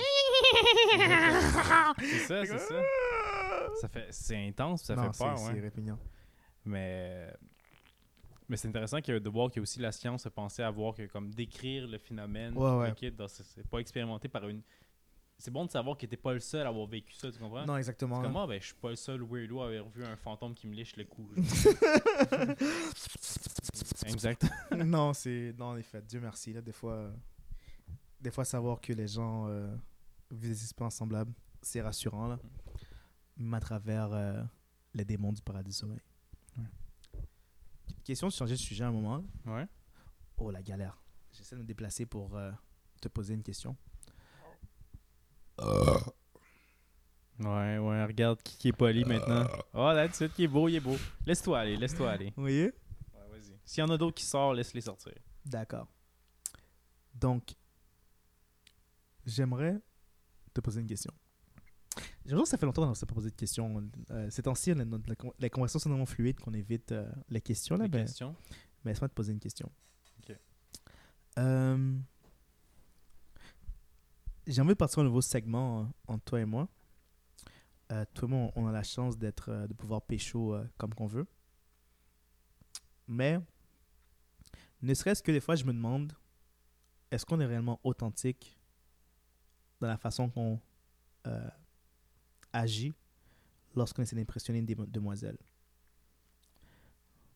C'est ça, c'est ça. C'est intense. Ça Non, fait peur. c'est Ouais. répugnant. Mais c'est intéressant de voir que aussi la science a pensé à voir que comme décrire le phénomène, Ouais, ouais. le kit, c'est pas expérimenté par une. C'est bon de savoir que t'es pas le seul à avoir vécu ça, tu comprends? Non, C'est exactement. comme moi, ben je suis pas le seul weirdo à avoir vu un fantôme qui me liche le cou. Exact. Non, en effet, Dieu merci. Là, des fois, savoir que les gens vivent des expériences semblables, c'est rassurant, là. Même à travers les démons du paradis sommeil. Ouais. Question de changer de sujet un moment. Ouais. Oh, la galère. J'essaie de me déplacer pour te poser une question. Ouais, regarde qui est poli maintenant. Oh, là, tu qui est beau, il est beau. Laisse-toi aller. Vous voyez? Ouais, vas-y. S'il y en a d'autres qui sortent, laisse-les sortir. D'accord. Donc, j'aimerais te poser une question. J'ai l'impression que ça fait longtemps qu'on ne s'est pas posé de questions. Ces temps-ci, les conversations sont tellement fluides qu'on évite les questions. Là, Des ben, questions? mais laisse-moi te poser une question. Ok. J'ai envie de partir un nouveau segment entre toi et moi. Toi et moi, on a la chance de pouvoir pécho comme qu'on veut. Mais, ne serait-ce que des fois, je me demande, est-ce qu'on est réellement authentique dans la façon qu'on agit lorsqu'on essaie d'impressionner une demoiselle?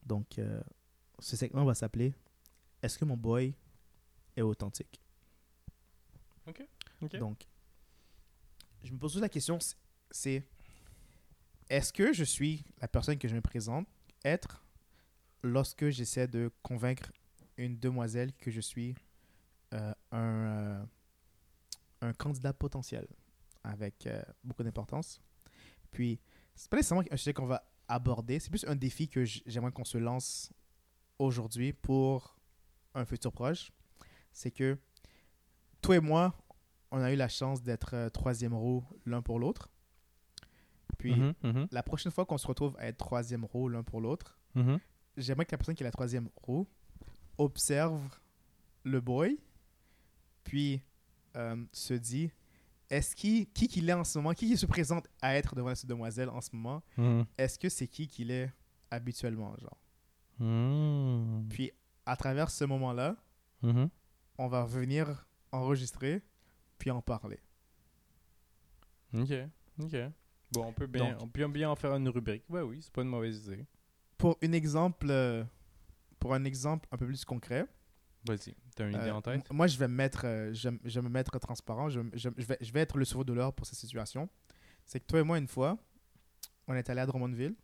Donc, ce segment va s'appeler « Est-ce que mon boy est authentique? » Ok. Donc, je me pose juste la question, c'est est-ce que je suis la personne que je me présente être lorsque j'essaie de convaincre une demoiselle que je suis un candidat potentiel avec beaucoup d'importance. Puis, c'est pas nécessairement un sujet qu'on va aborder, c'est plus un défi que j'aimerais qu'on se lance aujourd'hui pour un futur proche. C'est que toi et moi, on a eu la chance d'être troisième roue l'un pour l'autre. Puis, la prochaine fois qu'on se retrouve à être troisième roue l'un pour l'autre, j'aimerais que la personne qui est la troisième roue observe le boy, puis se dit, est-ce qu'il est en ce moment, qui se présente à être devant cette demoiselle en ce moment, est-ce que c'est qui qu'il est habituellement, genre. Puis, à travers ce moment-là, on va venir enregistrer, puis en parler. Ok. Bon, on peut bien en faire une rubrique. Ouais, oui, c'est pas une mauvaise idée. Pour un exemple un peu plus concret. Vas-y, t'as une idée en tête? Moi, je vais me mettre transparent. Je vais être le sauveur de l'heure pour cette situation. C'est que toi et moi, une fois, on est allé à Drummondville.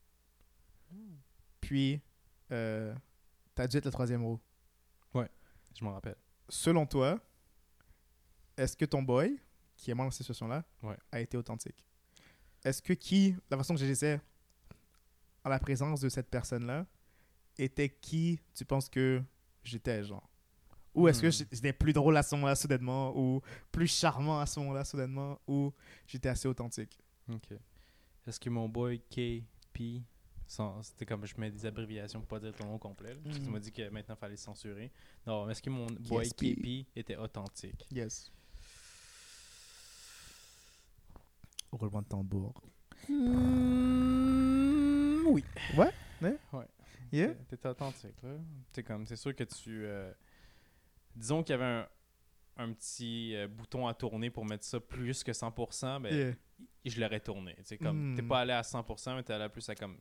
Puis, t'as dû être la troisième roue. Ouais, je m'en rappelle. Selon toi, est-ce que ton boy, qui est mort dans cette situation-là, a été authentique? Est-ce que la façon que j'agissais en la présence de cette personne-là, était qui tu penses que j'étais, genre? Ou est-ce que j'étais plus drôle à ce moment-là, soudainement, ou plus charmant à ce moment-là, soudainement, ou j'étais assez authentique? Ok. Est-ce que mon boy KP, c'était comme je mets des abréviations pour pas dire ton nom complet, là, parce que tu m'as dit que maintenant il fallait censurer. Non, est-ce que mon boy KP était authentique? Yes. Roulement de tambour. Oui. Ouais? Ouais. Yeah? T'étais authentique, là. C'est sûr que tu... disons qu'il y avait un petit bouton à tourner pour mettre ça plus que 100%, ben, je l'aurais tourné. T'es pas allé à 100%, mais t'es allé plus à comme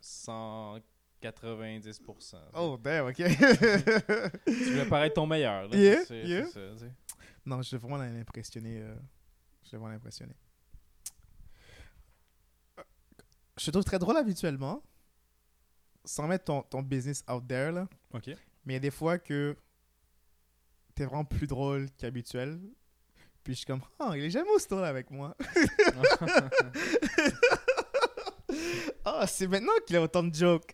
190%. Oh, damn, ok. Tu voulais paraître ton meilleur, là. Yeah. C'est ça, t'sais. Non, je vais vraiment l'impressionner. Je te trouve très drôle habituellement, sans mettre ton business out there, là. Ok. Mais il y a des fois que t'es vraiment plus drôle qu'habituel. Puis je suis comme, il est jamais aussi drôle avec moi. C'est maintenant qu'il a autant de jokes.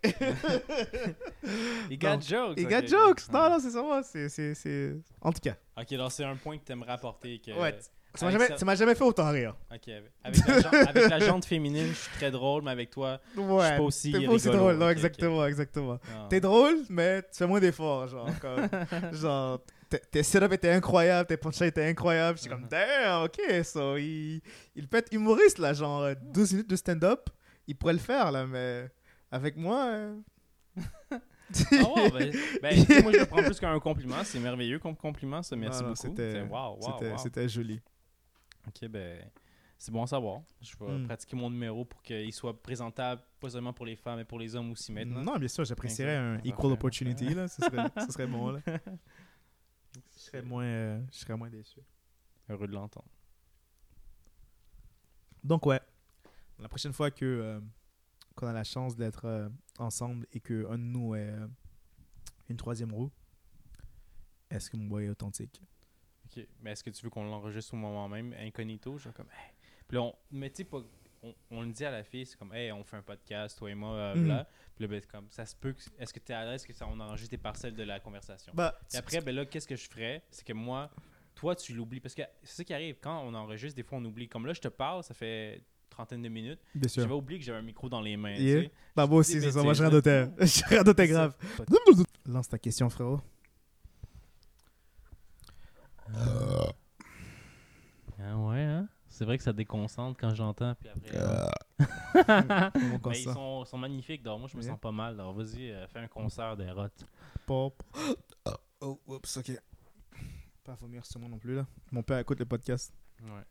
Il got jokes. Il got jokes. Non, c'est ça, moi. C'est... En tout cas. Ok, donc c'est un point que t'aimerais apporter. Que... Ouais. Ça m'a jamais fait autant rire. Ok, avec la jante féminine, je suis très drôle, mais avec toi, je suis pas aussi t'es pas aussi drôle. Non, okay, exactement. Ah. T'es drôle, mais tu fais moins d'efforts, genre. Genre, tes setups étaient incroyables, tes punchlines étaient incroyables. Je suis comme, damn, ok, so, il peut être humoriste, là, genre 12 minutes de stand-up, il pourrait le faire, là, mais avec moi... moi je le prends plus qu'un compliment, c'est merveilleux comme compliment, ça, merci beaucoup. C'était joli. Ok, ben, c'est bon à savoir. Je vais pratiquer mon numéro pour qu'il soit présentable, pas seulement pour les femmes, mais pour les hommes aussi maintenant. Non, bien sûr, j'apprécierais un equal opportunity, là, ce serait bon, là. Je serais moins déçu. Heureux de l'entendre. Donc, ouais, la prochaine fois qu'on a la chance d'être ensemble et qu'un de nous est une troisième roue, est-ce que mon boy est authentique? Ok, mais est-ce que tu veux qu'on l'enregistre au moment même, incognito, genre comme, hey. Puis là, mais tu sais, on le dit à la fille, c'est comme, hey, on fait un podcast, toi et moi, là. Puis là, ben, comme, ça se peut, est-ce que tu es à l'aise que on enregistre des parcelles de la conversation? Et après, ben là, qu'est-ce que je ferais? C'est que moi, toi, tu l'oublies. Parce que c'est ça qui arrive, quand on enregistre, des fois, on oublie. Comme là, je te parle, ça fait trentaine de minutes. Bien sûr. Je vais oublier que j'ai un micro dans les mains. Yeah. Tu sais. Bah, moi aussi, c'est ça. Moi, je radotais grave. Lance ta question, frérot. Ah ouais, hein? C'est vrai que ça déconcentre quand j'entends. Puis après, mais ils sont magnifiques. Donc moi, je me sens pas mal. Alors vas-y, fais un concert des rots. Pop. Oh, oups, ok. Pas vomir sur moi non plus, là. Mon père écoute le podcast. Ouais.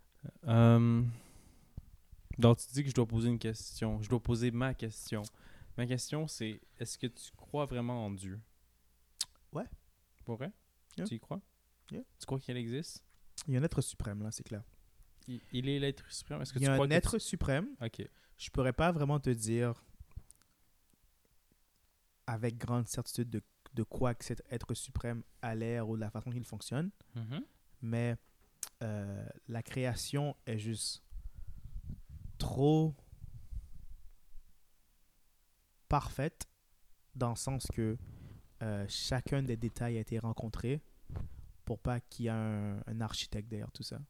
Donc tu dis que je dois poser une question. Je dois poser ma question. Ma question, c'est est-ce que tu crois vraiment en Dieu? Ouais. Pour vrai? Yeah. Tu y crois? Yeah. Tu crois qu'il existe? Il y a un être suprême, là, c'est clair. Il est l'être suprême? Est-ce que Il y tu a crois un que être suprême. Ok. Je pourrais pas vraiment te dire avec grande certitude de quoi que cet être suprême a l'air ou de la façon qu'il fonctionne, mais la création est juste trop parfaite dans le sens que chacun des détails a été rencontré pour pas qu'il y ait un architecte derrière tout ça.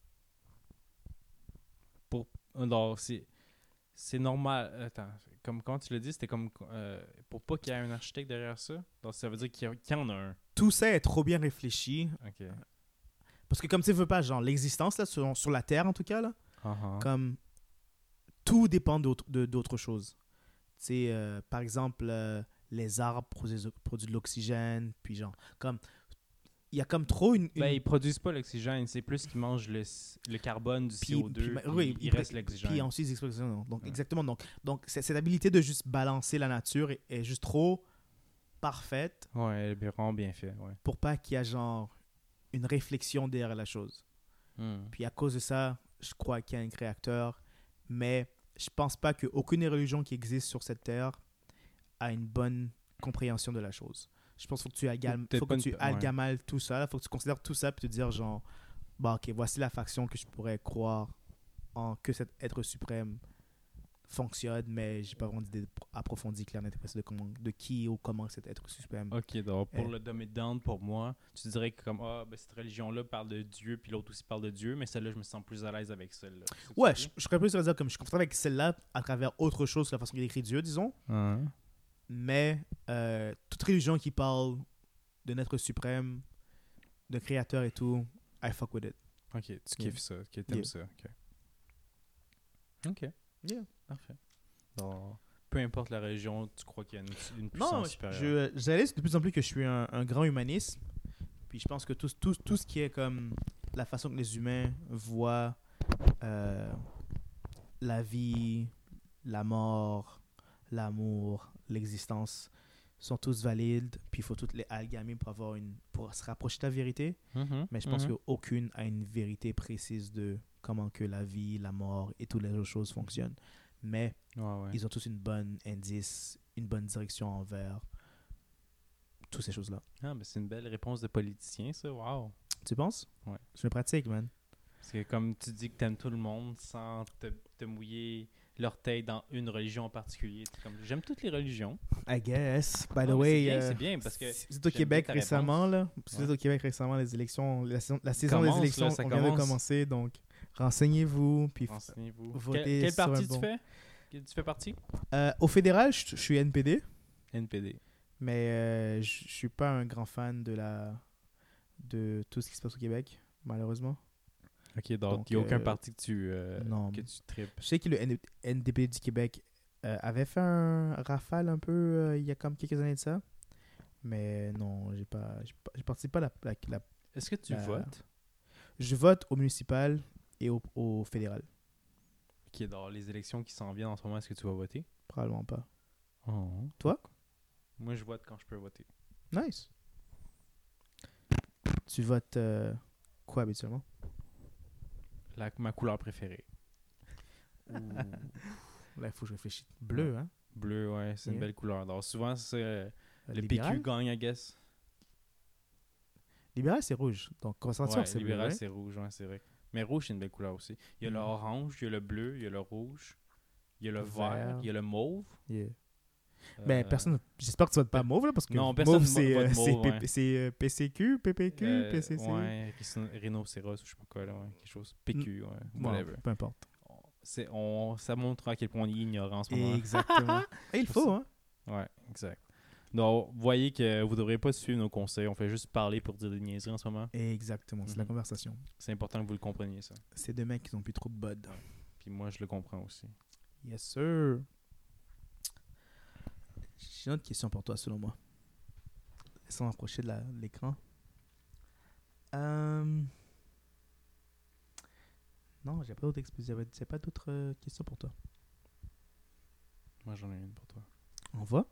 Non, c'est normal. Attends, comme quand tu l'as dit, c'était comme pour pas qu'il y ait un architecte derrière ça. Donc ça veut dire qu'il y en a un. Tout ça est trop bien réfléchi. Ok. Parce que comme tu veux pas, genre l'existence là, sur la Terre en tout cas, là, comme tout dépend d'autre chose. Tu sais, par exemple, les arbres produisent de l'oxygène, puis genre, comme, il y a comme trop une... Ben, ils produisent pas l'oxygène, c'est plus qu'ils mangent le carbone du CO2, oui, il reste l'oxygène. Puis ensuite, ils exploitent l'oxygène. Donc, Ouais. exactement. Donc cette habilité de juste balancer la nature est juste trop parfaite. Ouais, elle est vraiment bien fait, ouais. Pour pas qu'il y ait genre une réflexion derrière la chose. Puis à cause de ça, je crois qu'il y a un créateur, mais je pense pas qu'aucune religion qui existe sur cette terre a une bonne compréhension de la chose. Je pense qu'il faut que tu amalgames tout ça, il faut que tu considères tout ça puis te dire genre, bah ok, voici la faction que je pourrais croire en que cet être suprême fonctionne, mais j'ai pas vraiment d'idée approfondie, claire, de qui ou comment cet être suprême. Ok, donc pour le dumb it down, pour moi, tu dirais que comme cette religion-là parle de Dieu, puis l'autre aussi parle de Dieu, mais celle-là, je me sens plus à l'aise avec celle-là. Ouais, je serais plus à dire comme je suis confortable avec celle-là à travers autre chose que la façon qu'il écrit Dieu, disons. Mais toute religion qui parle d'un être suprême, d'un créateur et tout, I fuck with it. Ok, tu kiffes ça, t'aimes ça. Ok. Yeah. Parfait. Donc, peu importe la religion, tu crois qu'il y a une puissance supérieure? Je réalise de plus en plus que je suis un grand humaniste. Puis je pense que tout ce qui est comme la façon que les humains voient la vie, la mort, l'amour, l'existence sont tous valides. Puis il faut toutes les amalgamer pour se rapprocher de la vérité. Mais je pense qu'aucune a une vérité précise de comment que la vie, la mort et toutes les autres choses fonctionnent. Mais ils ont tous une bonne indice, une bonne direction envers toutes ces choses-là. Ah, ben c'est une belle réponse de politicien, ça. Wow. Tu penses? Ouais. Je me pratique, man. Parce que comme tu dis que t'aimes tout le monde sans te mouiller l'orteil dans une religion en particulier. Comme, j'aime toutes les religions. I guess. By the way, c'est bien parce que c'est au Québec récemment, là. C'est au Québec récemment, les élections, la saison des élections vient de commencer, donc renseignez-vous, puis votez. Quel parti tu fais? Tu fais partie? Au fédéral, je suis NPD. NPD. Mais je suis pas un grand fan de tout ce qui se passe au Québec, malheureusement. Ok, donc il n'y a aucun parti que tu tripes. Je sais que le NDP du Québec avait fait un rafale un peu il y a comme quelques années de ça. Mais non, je participe pas à la Est-ce que tu votes? Je vote au municipal et au fédéral. Ok, dans les élections qui s'en viennent en ce moment, est-ce que tu vas voter? Probablement pas. Oh. Toi? Moi, je vote quand je peux voter. Nice. Tu votes quoi habituellement? Ma couleur préférée. Là, il faut que je réfléchisse. Bleu, hein? Bleu, ouais, c'est une belle couleur. Alors, souvent, c'est le libéral? PQ gagne, I guess. Libéral, c'est rouge. Donc, consensuel, c'est libéral, bleu. c'est rouge, ouais, c'est vrai. Mais rouge, c'est une belle couleur aussi. Il y a l'orange, il y a le bleu, il y a le rouge, il y a le vert, il y a le mauve. Yeah. Ben, personne. J'espère que tu votes pas mauve, là, parce que non, personne vote mauve. C'est PCQ, PPQ, PCC. Ouais, rhinocéros, je sais pas quoi, là, ouais, quelque chose. PQ, ouais, whatever. Peu importe. Ça montre à quel point on est ignorant en ce moment. Exactement. Et il faut, hein? Ouais, exact. Donc, vous voyez que vous ne devrez pas suivre nos conseils. On fait juste parler pour dire des niaiseries en ce moment. Exactement, c'est la conversation. C'est important que vous le compreniez, ça. C'est deux mecs qui n'ont plus trop de bud. Puis moi, je le comprends aussi. Yes, sir. J'ai une autre question pour toi, selon moi. Laissons approcher de l'écran. Non, j'ai pas d'autres questions pour toi. Moi, j'en ai une pour toi. On va?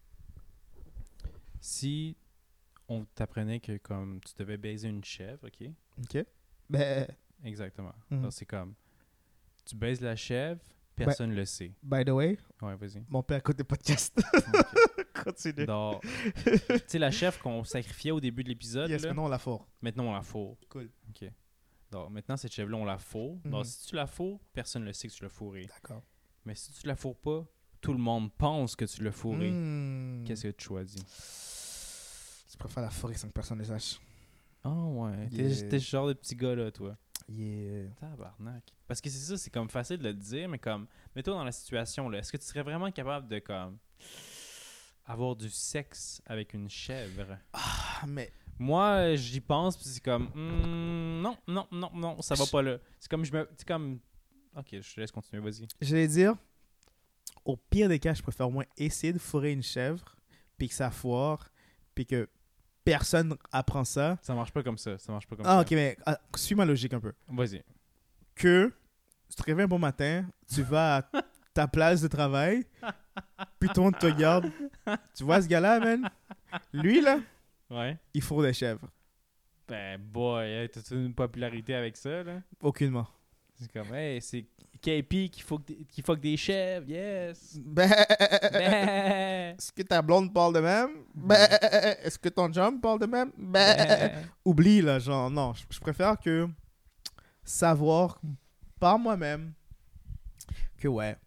Si on t'apprenait que comme tu devais baiser une chèvre, ok? OK. Ben, Exactement. Mhm. Donc c'est comme, tu baises la chèvre, personne le sait. by the way, Ouais, vas-y. mon père écoute des podcasts. Ok. Continue. Donc, tu sais, la chèvre qu'on sacrifiait au début de l'épisode, Yes, là, maintenant on la fourre. maintenant on la fourre. Cool. Ok. Donc maintenant, cette chèvre-là, on la fourre. Mhm. Donc si tu la fourres, personne ne le sait que tu l'as fourrée. D'accord. Mais si tu la fourres pas, tout le monde pense que tu l'as fourrée. Hmm. Qu'est-ce que tu choisis? Je préfère la fourrer sans que personne ne le sache. Ah ouais. Yeah. T'es ce genre de petit gars là, toi. Yeah. Tabarnak. Parce que c'est ça, c'est comme facile de le dire, mais comme, mets-toi dans la situation, là. Est-ce que tu serais vraiment capable de, comme, avoir du sexe avec une chèvre? Ah, mais Moi, j'y pense, puis c'est comme, non, ça va pas là. C'est comme, c'est comme, ok, je te laisse continuer, vas-y. j'allais dire, au pire des cas, je préfère au moins essayer de fourrer une chèvre, puis que ça foire, puis que personne apprend ça. Ça marche pas comme ça, Ah, ok, mais suis ma logique un peu. Vas-y. Que tu te réveilles un bon matin, tu vas à ta place de travail, puis tout le monde te regarde. Tu vois ce gars-là, man? Lui, là, Ouais. il fourre des chèvres. Ben, boy, t'as une popularité avec ça, là? Aucunement. C'est comme, hey, c'est KP qui fuck des chèvres, yes! Ben, Ben! est-ce que ta blonde parle de même? Ben, est-ce que ton chum parle de même? Ben, Ben. oublie, là, genre, non. Je préfère que savoir par moi-même que, ouais,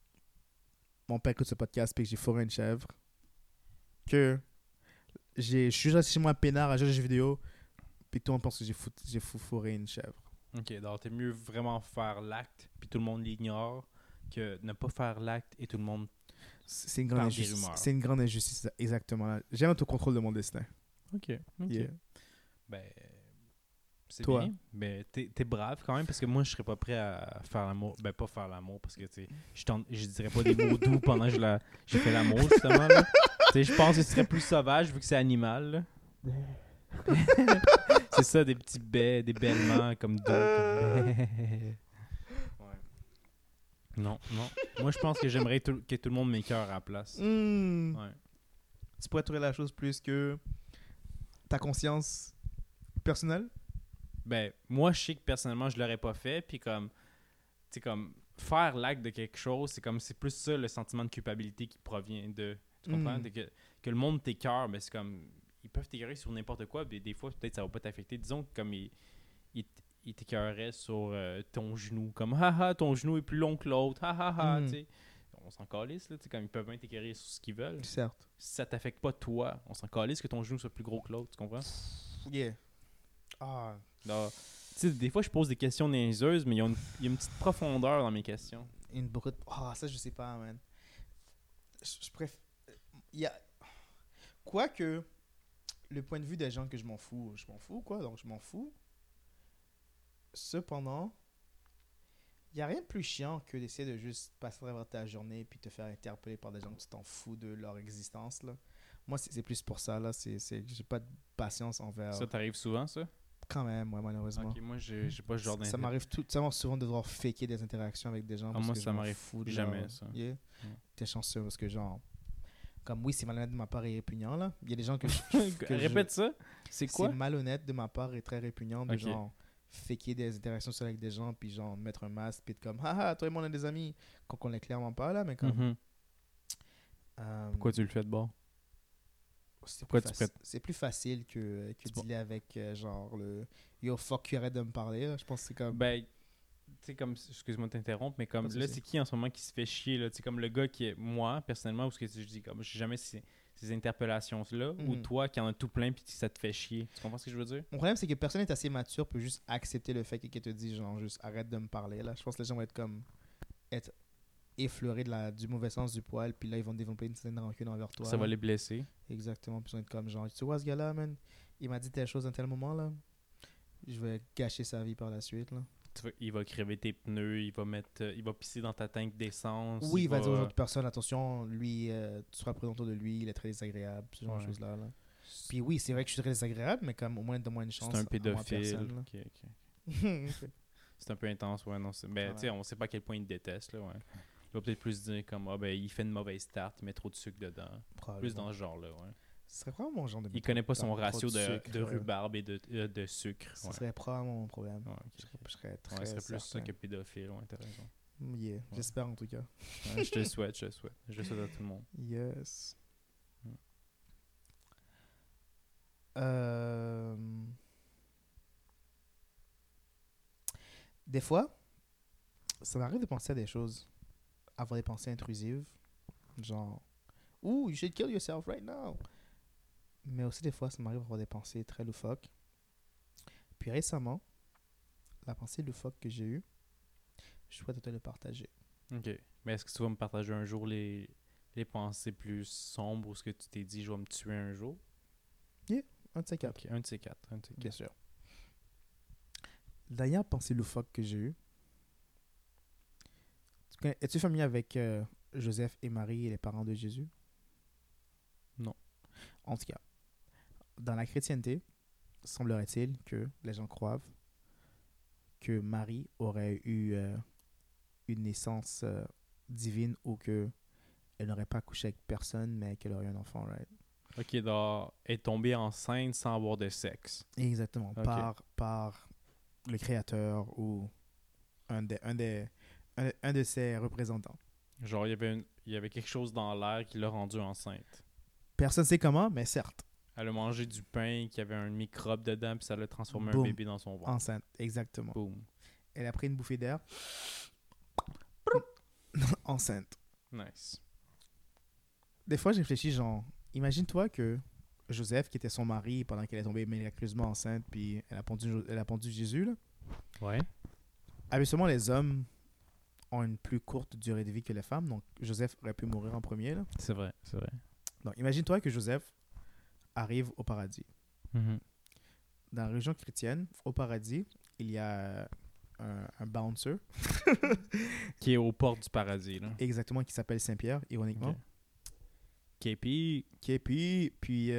mon père écoute ce podcast puis que j'ai fourré une chèvre. Que je suis juste chez moi peinard à jouer aux jeux vidéo puis tout le monde pense que j'ai fourré une chèvre. Ok, donc t'es mieux vraiment faire l'acte, puis tout le monde l'ignore, que ne pas faire l'acte et tout le monde... C'est une grande Par des injustice. rumeurs. C'est une grande injustice, exactement. J'ai un autocontrôle de mon destin. Ok. Yeah. Ben, c'est Toi? bien. Ben, t'es brave quand même, parce que moi, je serais pas prêt à faire l'amour. Ben, pas faire l'amour, parce que, tu sais, je dirais pas des mots doux pendant que j'ai fait l'amour, justement, là. Tu sais, je pense que ce serait plus sauvage, vu que c'est animal, là. C'est ça, des petits baies, des bêlements comme doux. Ouais. Non. Moi, je pense que j'aimerais que tout le monde m'écœure à la place. Hmm. Ouais. Tu pourrais trouver la chose plus que ta conscience personnelle? Ben, moi, je sais que personnellement, je l'aurais pas fait. Puis comme, tu sais, comme, faire l'acte de quelque chose, c'est plus ça le sentiment de culpabilité qui provient de. Tu comprends? Mm. Que le monde t'écœure, mais c'est comme, ils peuvent t'écœurer sur n'importe quoi. Mais des fois, peut-être, ça va pas t'affecter. Disons que comme ils t'écœuraient sur ton genou. Comme, haha, ton genou est plus long que l'autre. Haha, tu sais. On s'en calisse, là. Tu sais, comme ils peuvent bien t'écœurer sur ce qu'ils veulent. Certes. Si ça t'affecte pas toi, on s'en calisse que ton genou soit plus gros que l'autre. Tu comprends? Yeah. Ah. Là, tu sais, des fois, je pose des questions niaiseuses, mais il y a une petite profondeur dans mes questions. Une brute. Ah, ça, je sais pas, man. Je préfère. Il y a. Quoique, le point de vue des gens que je m'en fous, quoi. Donc, je m'en fous. Cependant, il n'y a rien de plus chiant que d'essayer de juste passer à travers ta journée puis te faire interpeller par des gens que tu t'en fous de leur existence, là. Moi, c'est plus pour ça, là. J'ai pas de patience envers. Ça t'arrive souvent, ça? Quand même, ouais, malheureusement. Ok, moi, j'ai pas ce genre Ça d'intérêt. m'arrive tellement souvent de devoir faker des interactions avec des gens. Ah, parce moi, que ça je m'en m'arrive fous de jamais, leur- ça. Yeah. Mm. T'es chanceux parce que, genre, comme oui, c'est malhonnête de ma part et répugnant, là. Il y a des gens que que Répète ça. C'est quoi? C'est malhonnête de ma part et très répugnant de, Ok. genre, faker des interactions avec des gens, puis, genre, mettre un masque, puis être comme, haha, toi et moi, on est des amis. Quand on l'est clairement pas, là, mais comme. Mhm. Pourquoi tu le fais de bord? Pourquoi tu prêtes? C'est plus facile que C'est dealer avec, genre, le yo, fuck, tu arrêtes de me parler, là. Je pense que c'est comme. Ben, tu sais, comme, excuse-moi de t'interrompre, mais comme, Pas de là, souci. c'est qui en ce moment qui se fait chier, là? Tu sais, comme le gars qui est, moi, personnellement, ou ce que je dis, comme, j'ai jamais ces interpellations-là, ou Mhm. toi qui en as tout plein puis que ça te fait chier. Tu comprends ce que je veux dire? Mon problème, c'est que personne n'est assez mature pour juste accepter le fait que quelqu'un te dit, genre, juste arrête de me parler, là. Je pense que les gens vont être comme. Être effleurés du mauvais sens du poil, puis là, ils vont développer une certaine rancune envers toi. Ça va les blesser. Exactement, puis ils vont être comme, genre, tu vois ce gars-là, man, il m'a dit telle chose à tel moment, là. Je vais gâcher sa vie par la suite, là. Il va crever tes pneus, il va pisser dans ta tank d'essence. Oui, il va dire aux autres personnes, attention, lui, tu seras près autour de lui, il est très désagréable, ce genre de Ouais. choses-là, là. Puis oui, c'est vrai que je suis très désagréable, mais comme au moins donne-moi une chance. C'est un à moi, pédophile. personne, là. Ok. C'est un peu intense, ouais. Non, ben, Ouais. tu sais, on sait pas à quel point il te déteste, là, ouais. Il va peut-être plus dire comme, ah ben, il fait une mauvaise tarte, il met trop de sucre dedans. Plus dans ce genre-là, ouais. Ce serait probablement mon genre de... Il connaît pas son ratio sucre, de rhubarbe et de sucre. Ça serait probablement mon problème. Ouais, okay, je serais très ouais, ce serait plus certain. ça que pédophile, ouais, t'as raison. Yeah, ouais. J'espère en tout cas. Ouais, je te le souhaite. Je le souhaite à tout le monde. Yes. Des fois, ça m'arrive de penser à des choses, avoir des pensées intrusives, genre, ooh, you should kill yourself right now. Mais aussi des fois, ça m'arrive d'avoir des pensées très loufoques. Puis récemment, la pensée loufoque que j'ai eue, je souhaite te le partager. Ok. Mais est-ce que tu vas me partager un jour les pensées plus sombres ou ce que tu t'es dit, je vais me tuer un jour? Yeah, un de ces quatre. Okay, un de ces quatre. Bien sûr. La dernière pensée loufoque que j'ai eue, es-tu familier avec Joseph et Marie, les parents de Jésus? Non. En tout cas, dans la chrétienté, semblerait-il que les gens croient que Marie aurait eu une naissance divine ou qu'elle n'aurait pas couché avec personne, mais qu'elle aurait eu un enfant, right? Ok, donc, elle est tombée enceinte sans avoir de sexe. Exactement, okay. par le créateur ou un de ses représentants. Genre, il y avait quelque chose dans l'air qui l'a rendue enceinte. Personne ne sait comment, mais certes. Elle a mangé du pain qui avait un microbe dedans, puis ça l'a transformé Boom. un bébé dans son ventre. Enceinte, exactement. Boom. Elle a pris une bouffée d'air. Enceinte. Nice. Des fois, je réfléchis, genre, imagine-toi que Joseph, qui était son mari pendant qu'elle est tombée miraculeusement enceinte, puis elle a pondu Jésus, là. Ouais. Habituellement, les hommes ont une plus courte durée de vie que les femmes, donc Joseph aurait pu mourir en premier, là. C'est vrai. Donc, imagine-toi que Joseph arrive au paradis. Mm-hmm. Dans la religion chrétienne, au paradis, il y a un bouncer. Qui est aux portes du paradis, là. Exactement, qui s'appelle Saint-Pierre, ironiquement. Okay. KP, puis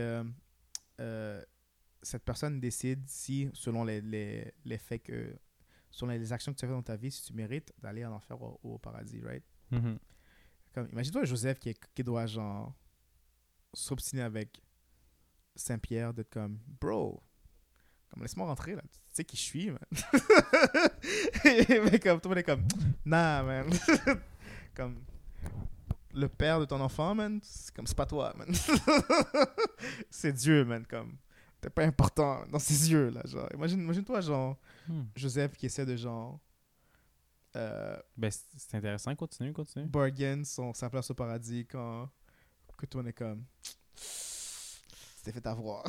cette personne décide si, selon les faits que... selon les actions que tu as fait dans ta vie, si tu mérites d'aller en enfer au paradis, right? Mm-hmm. Comme, imagine-toi Joseph qui doit, genre, s'obstiner avec Saint-Pierre, d'être comme, bro, comme, laisse-moi rentrer, là. Tu sais qui je suis, man. Mais comme, tout le monde est comme, nah, man. Comme, le père de ton enfant, man, c'est pas toi, man. C'est Dieu, man, comme, t'es pas important dans ses yeux, là, genre. Imagine-toi, genre, Joseph qui essaie de, genre, ben, c'est intéressant, continue. bargain sa place au paradis quand que tout le monde est comme, tu t'es fait avoir.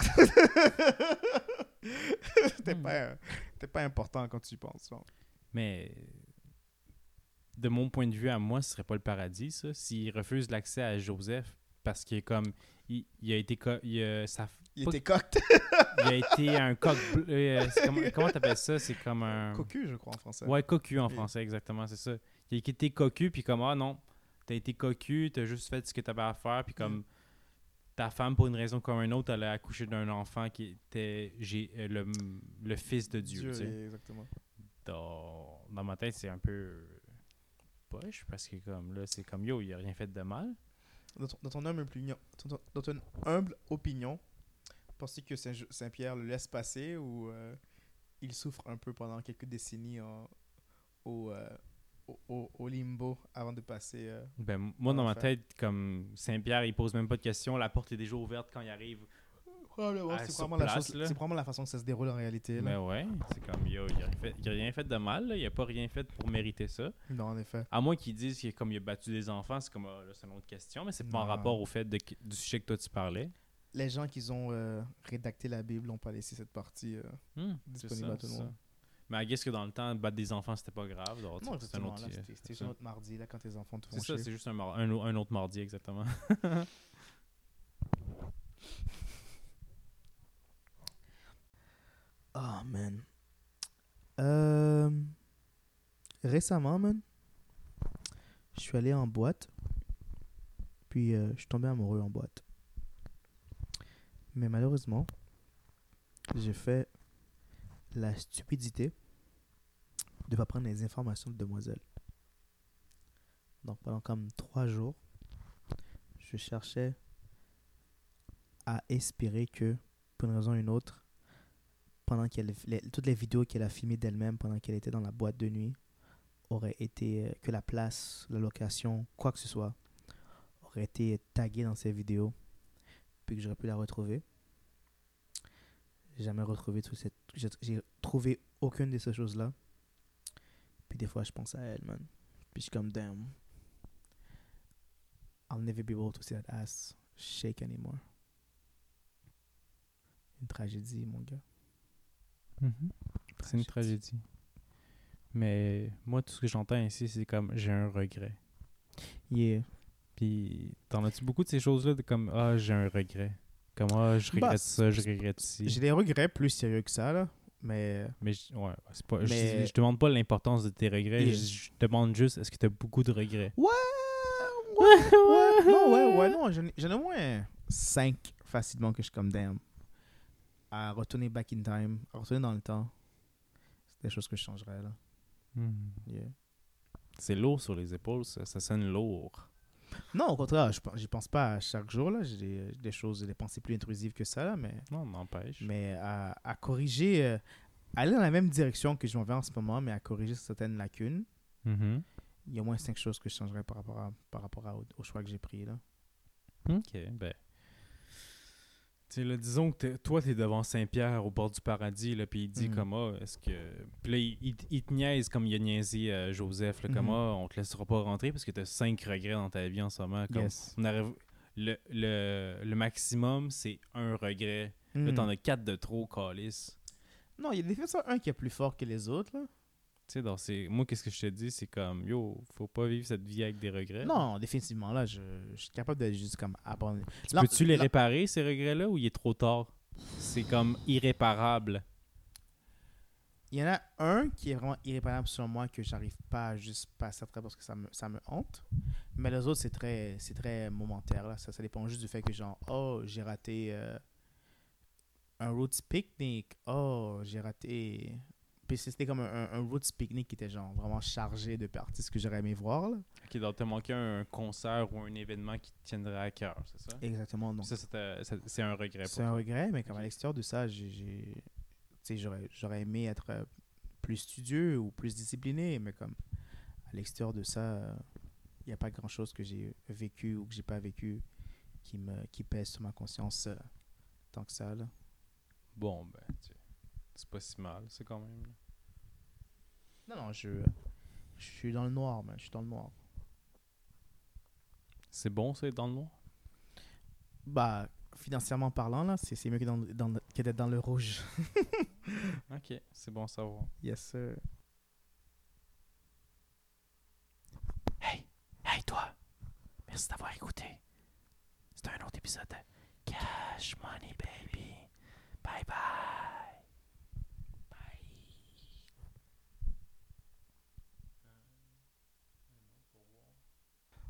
T'es pas important quand tu y penses. Genre. Mais de mon point de vue à moi, ce serait pas le paradis, ça. S'il refuse l'accès à Joseph, parce qu'il est comme... Il a été... Il était coqte. Il a été un coq... comment t'appelles ça? C'est comme un... Cocu, je crois, en français. Ouais, cocu en français, exactement, c'est ça. Il a été cocu, puis comme, ah non, t'as été cocu, t'as juste fait ce que t'avais à faire, puis comme... Ta femme, pour une raison comme une autre, elle a accouché d'un enfant qui était le fils de Dieu. Tu sais. Exactement. Dans ma tête, c'est un peu poche parce que comme là, c'est comme yo, il a rien fait de mal. Dans ton humble opinion, penses-tu que Saint-Pierre le laisse passer ou il souffre un peu pendant quelques décennies au limbo avant de passer ben moi dans ma tête comme Saint-Pierre il pose même pas de questions, la porte est déjà ouverte quand il arrive. C'est probablement la façon que ça se déroule en réalité. Mais ouais, c'est comme il a rien fait de mal, là. Il a pas rien fait pour mériter ça. Non, en effet. À moins qu'ils disent qu'il a battu des enfants, c'est comme là, c'est une autre question, mais c'est pas en rapport au fait du sujet que toi tu parlais. Les gens qui ont rédacté la Bible n'ont pas laissé cette partie disponible à tout le monde. Mais I guess que dans le temps, battre des enfants, c'était pas grave. Donc, non, c'était un autre, c'était un autre mardi, là, quand tes enfants te font chier. C'est ça, c'est juste un autre mardi, exactement. Oh, man. Récemment, man, je suis allé en boîte, puis je suis tombé amoureux en boîte. Mais malheureusement, j'ai fait la stupidité de ne pas prendre les informations de demoiselle. Donc pendant comme 3 jours, je cherchais à espérer que, pour une raison ou une autre, pendant toutes les vidéos qu'elle a filmées d'elle-même pendant qu'elle était dans la boîte de nuit, aurait été, que la place, la location, quoi que ce soit, aurait été taguée dans ces vidéos, puis que j'aurais pu la retrouver. J'ai jamais retrouvé j'ai trouvé aucune de ces choses-là. Puis des fois, je pense à elle, man. Puis je suis comme, damn. I'll never be able to see that ass shake anymore. Une tragédie, mon gars. C'est une tragédie. Mais moi, tout ce que j'entends ici, c'est comme, j'ai un regret. Yeah. Puis, t'en as-tu beaucoup de ces choses-là, de comme, ah, j'ai un regret. Comme, ah, je regrette ça, je regrette ci. J'ai des regrets plus sérieux que ça, là. Mais ouais, c'est pas, je demande pas l'importance de tes regrets, je demande juste, est-ce que t'as beaucoup de regrets? Ouais. Non, j'en ai au moins 5 facilement que je suis comme damn. À retourner back in time, à retourner dans le temps, c'est des choses que je changerais, là. Yeah. C'est lourd sur les épaules, ça sonne lourd. Non, au contraire, j'y pense pas à chaque jour, là. J'ai des choses, des pensées plus intrusives que ça, là, mais... Non, n'empêche. Mais à corriger, aller dans la même direction que je m'en vais en ce moment, mais à corriger certaines lacunes, il y a au moins 5 choses que je changerais par rapport au choix que j'ai pris, là. OK, ben... Tu sais, là, disons que toi, t'es devant Saint-Pierre au bord du paradis, là, puis il dit comme, ah, est-ce que... Puis là, il te niaise comme il a niaisé Joseph, là, comme, ah, on te laissera pas rentrer parce que t'as 5 regrets dans ta vie en ce moment. Comme, on arrive... Le maximum, c'est un regret. Là, t'en as 4 de trop, calice. Non, il y a définitivement un qui est plus fort que les autres, là. Tu sais, moi, qu'est-ce que je te dis, c'est comme, yo, faut pas vivre cette vie avec des regrets. Non, définitivement, là, je suis capable de juste comme abandonner. Peux-tu les réparer, ces regrets-là, ou il est trop tard? C'est comme irréparable. Il y en a un qui est vraiment irréparable sur moi que j'arrive pas à juste passer à travers parce que ça me hante. Mais les autres, c'est très momentaire, là. Ça dépend juste du fait que, genre, oh, j'ai raté un Roots Picnic. Oh, j'ai raté... Puis c'était comme un Roots Picnic qui était genre vraiment chargé de artistes que j'aurais aimé voir, là. Ok, donc t'as manqué un concert ou un événement qui te tiendrait à cœur, c'est ça? Exactement. Donc, ça, c'est un regret pour c'est un regret, mais comme à l'extérieur de ça, j'aurais aimé être plus studieux ou plus discipliné, mais comme à l'extérieur de ça, il n'y a pas grand-chose que j'ai vécu ou que j'ai pas vécu qui pèse sur ma conscience tant que ça, là. Bon, ben, c'est pas si mal, c'est quand même. Non, je suis dans le noir, man. Je suis dans le noir. C'est bon, ça, être dans le noir? Bah, financièrement parlant, là, c'est mieux que d'être dans le rouge. Ok, c'est bon à savoir. Yes, sir. Hey, toi! Merci d'avoir écouté. C'est un autre épisode de Cash Money Baby. Bye bye!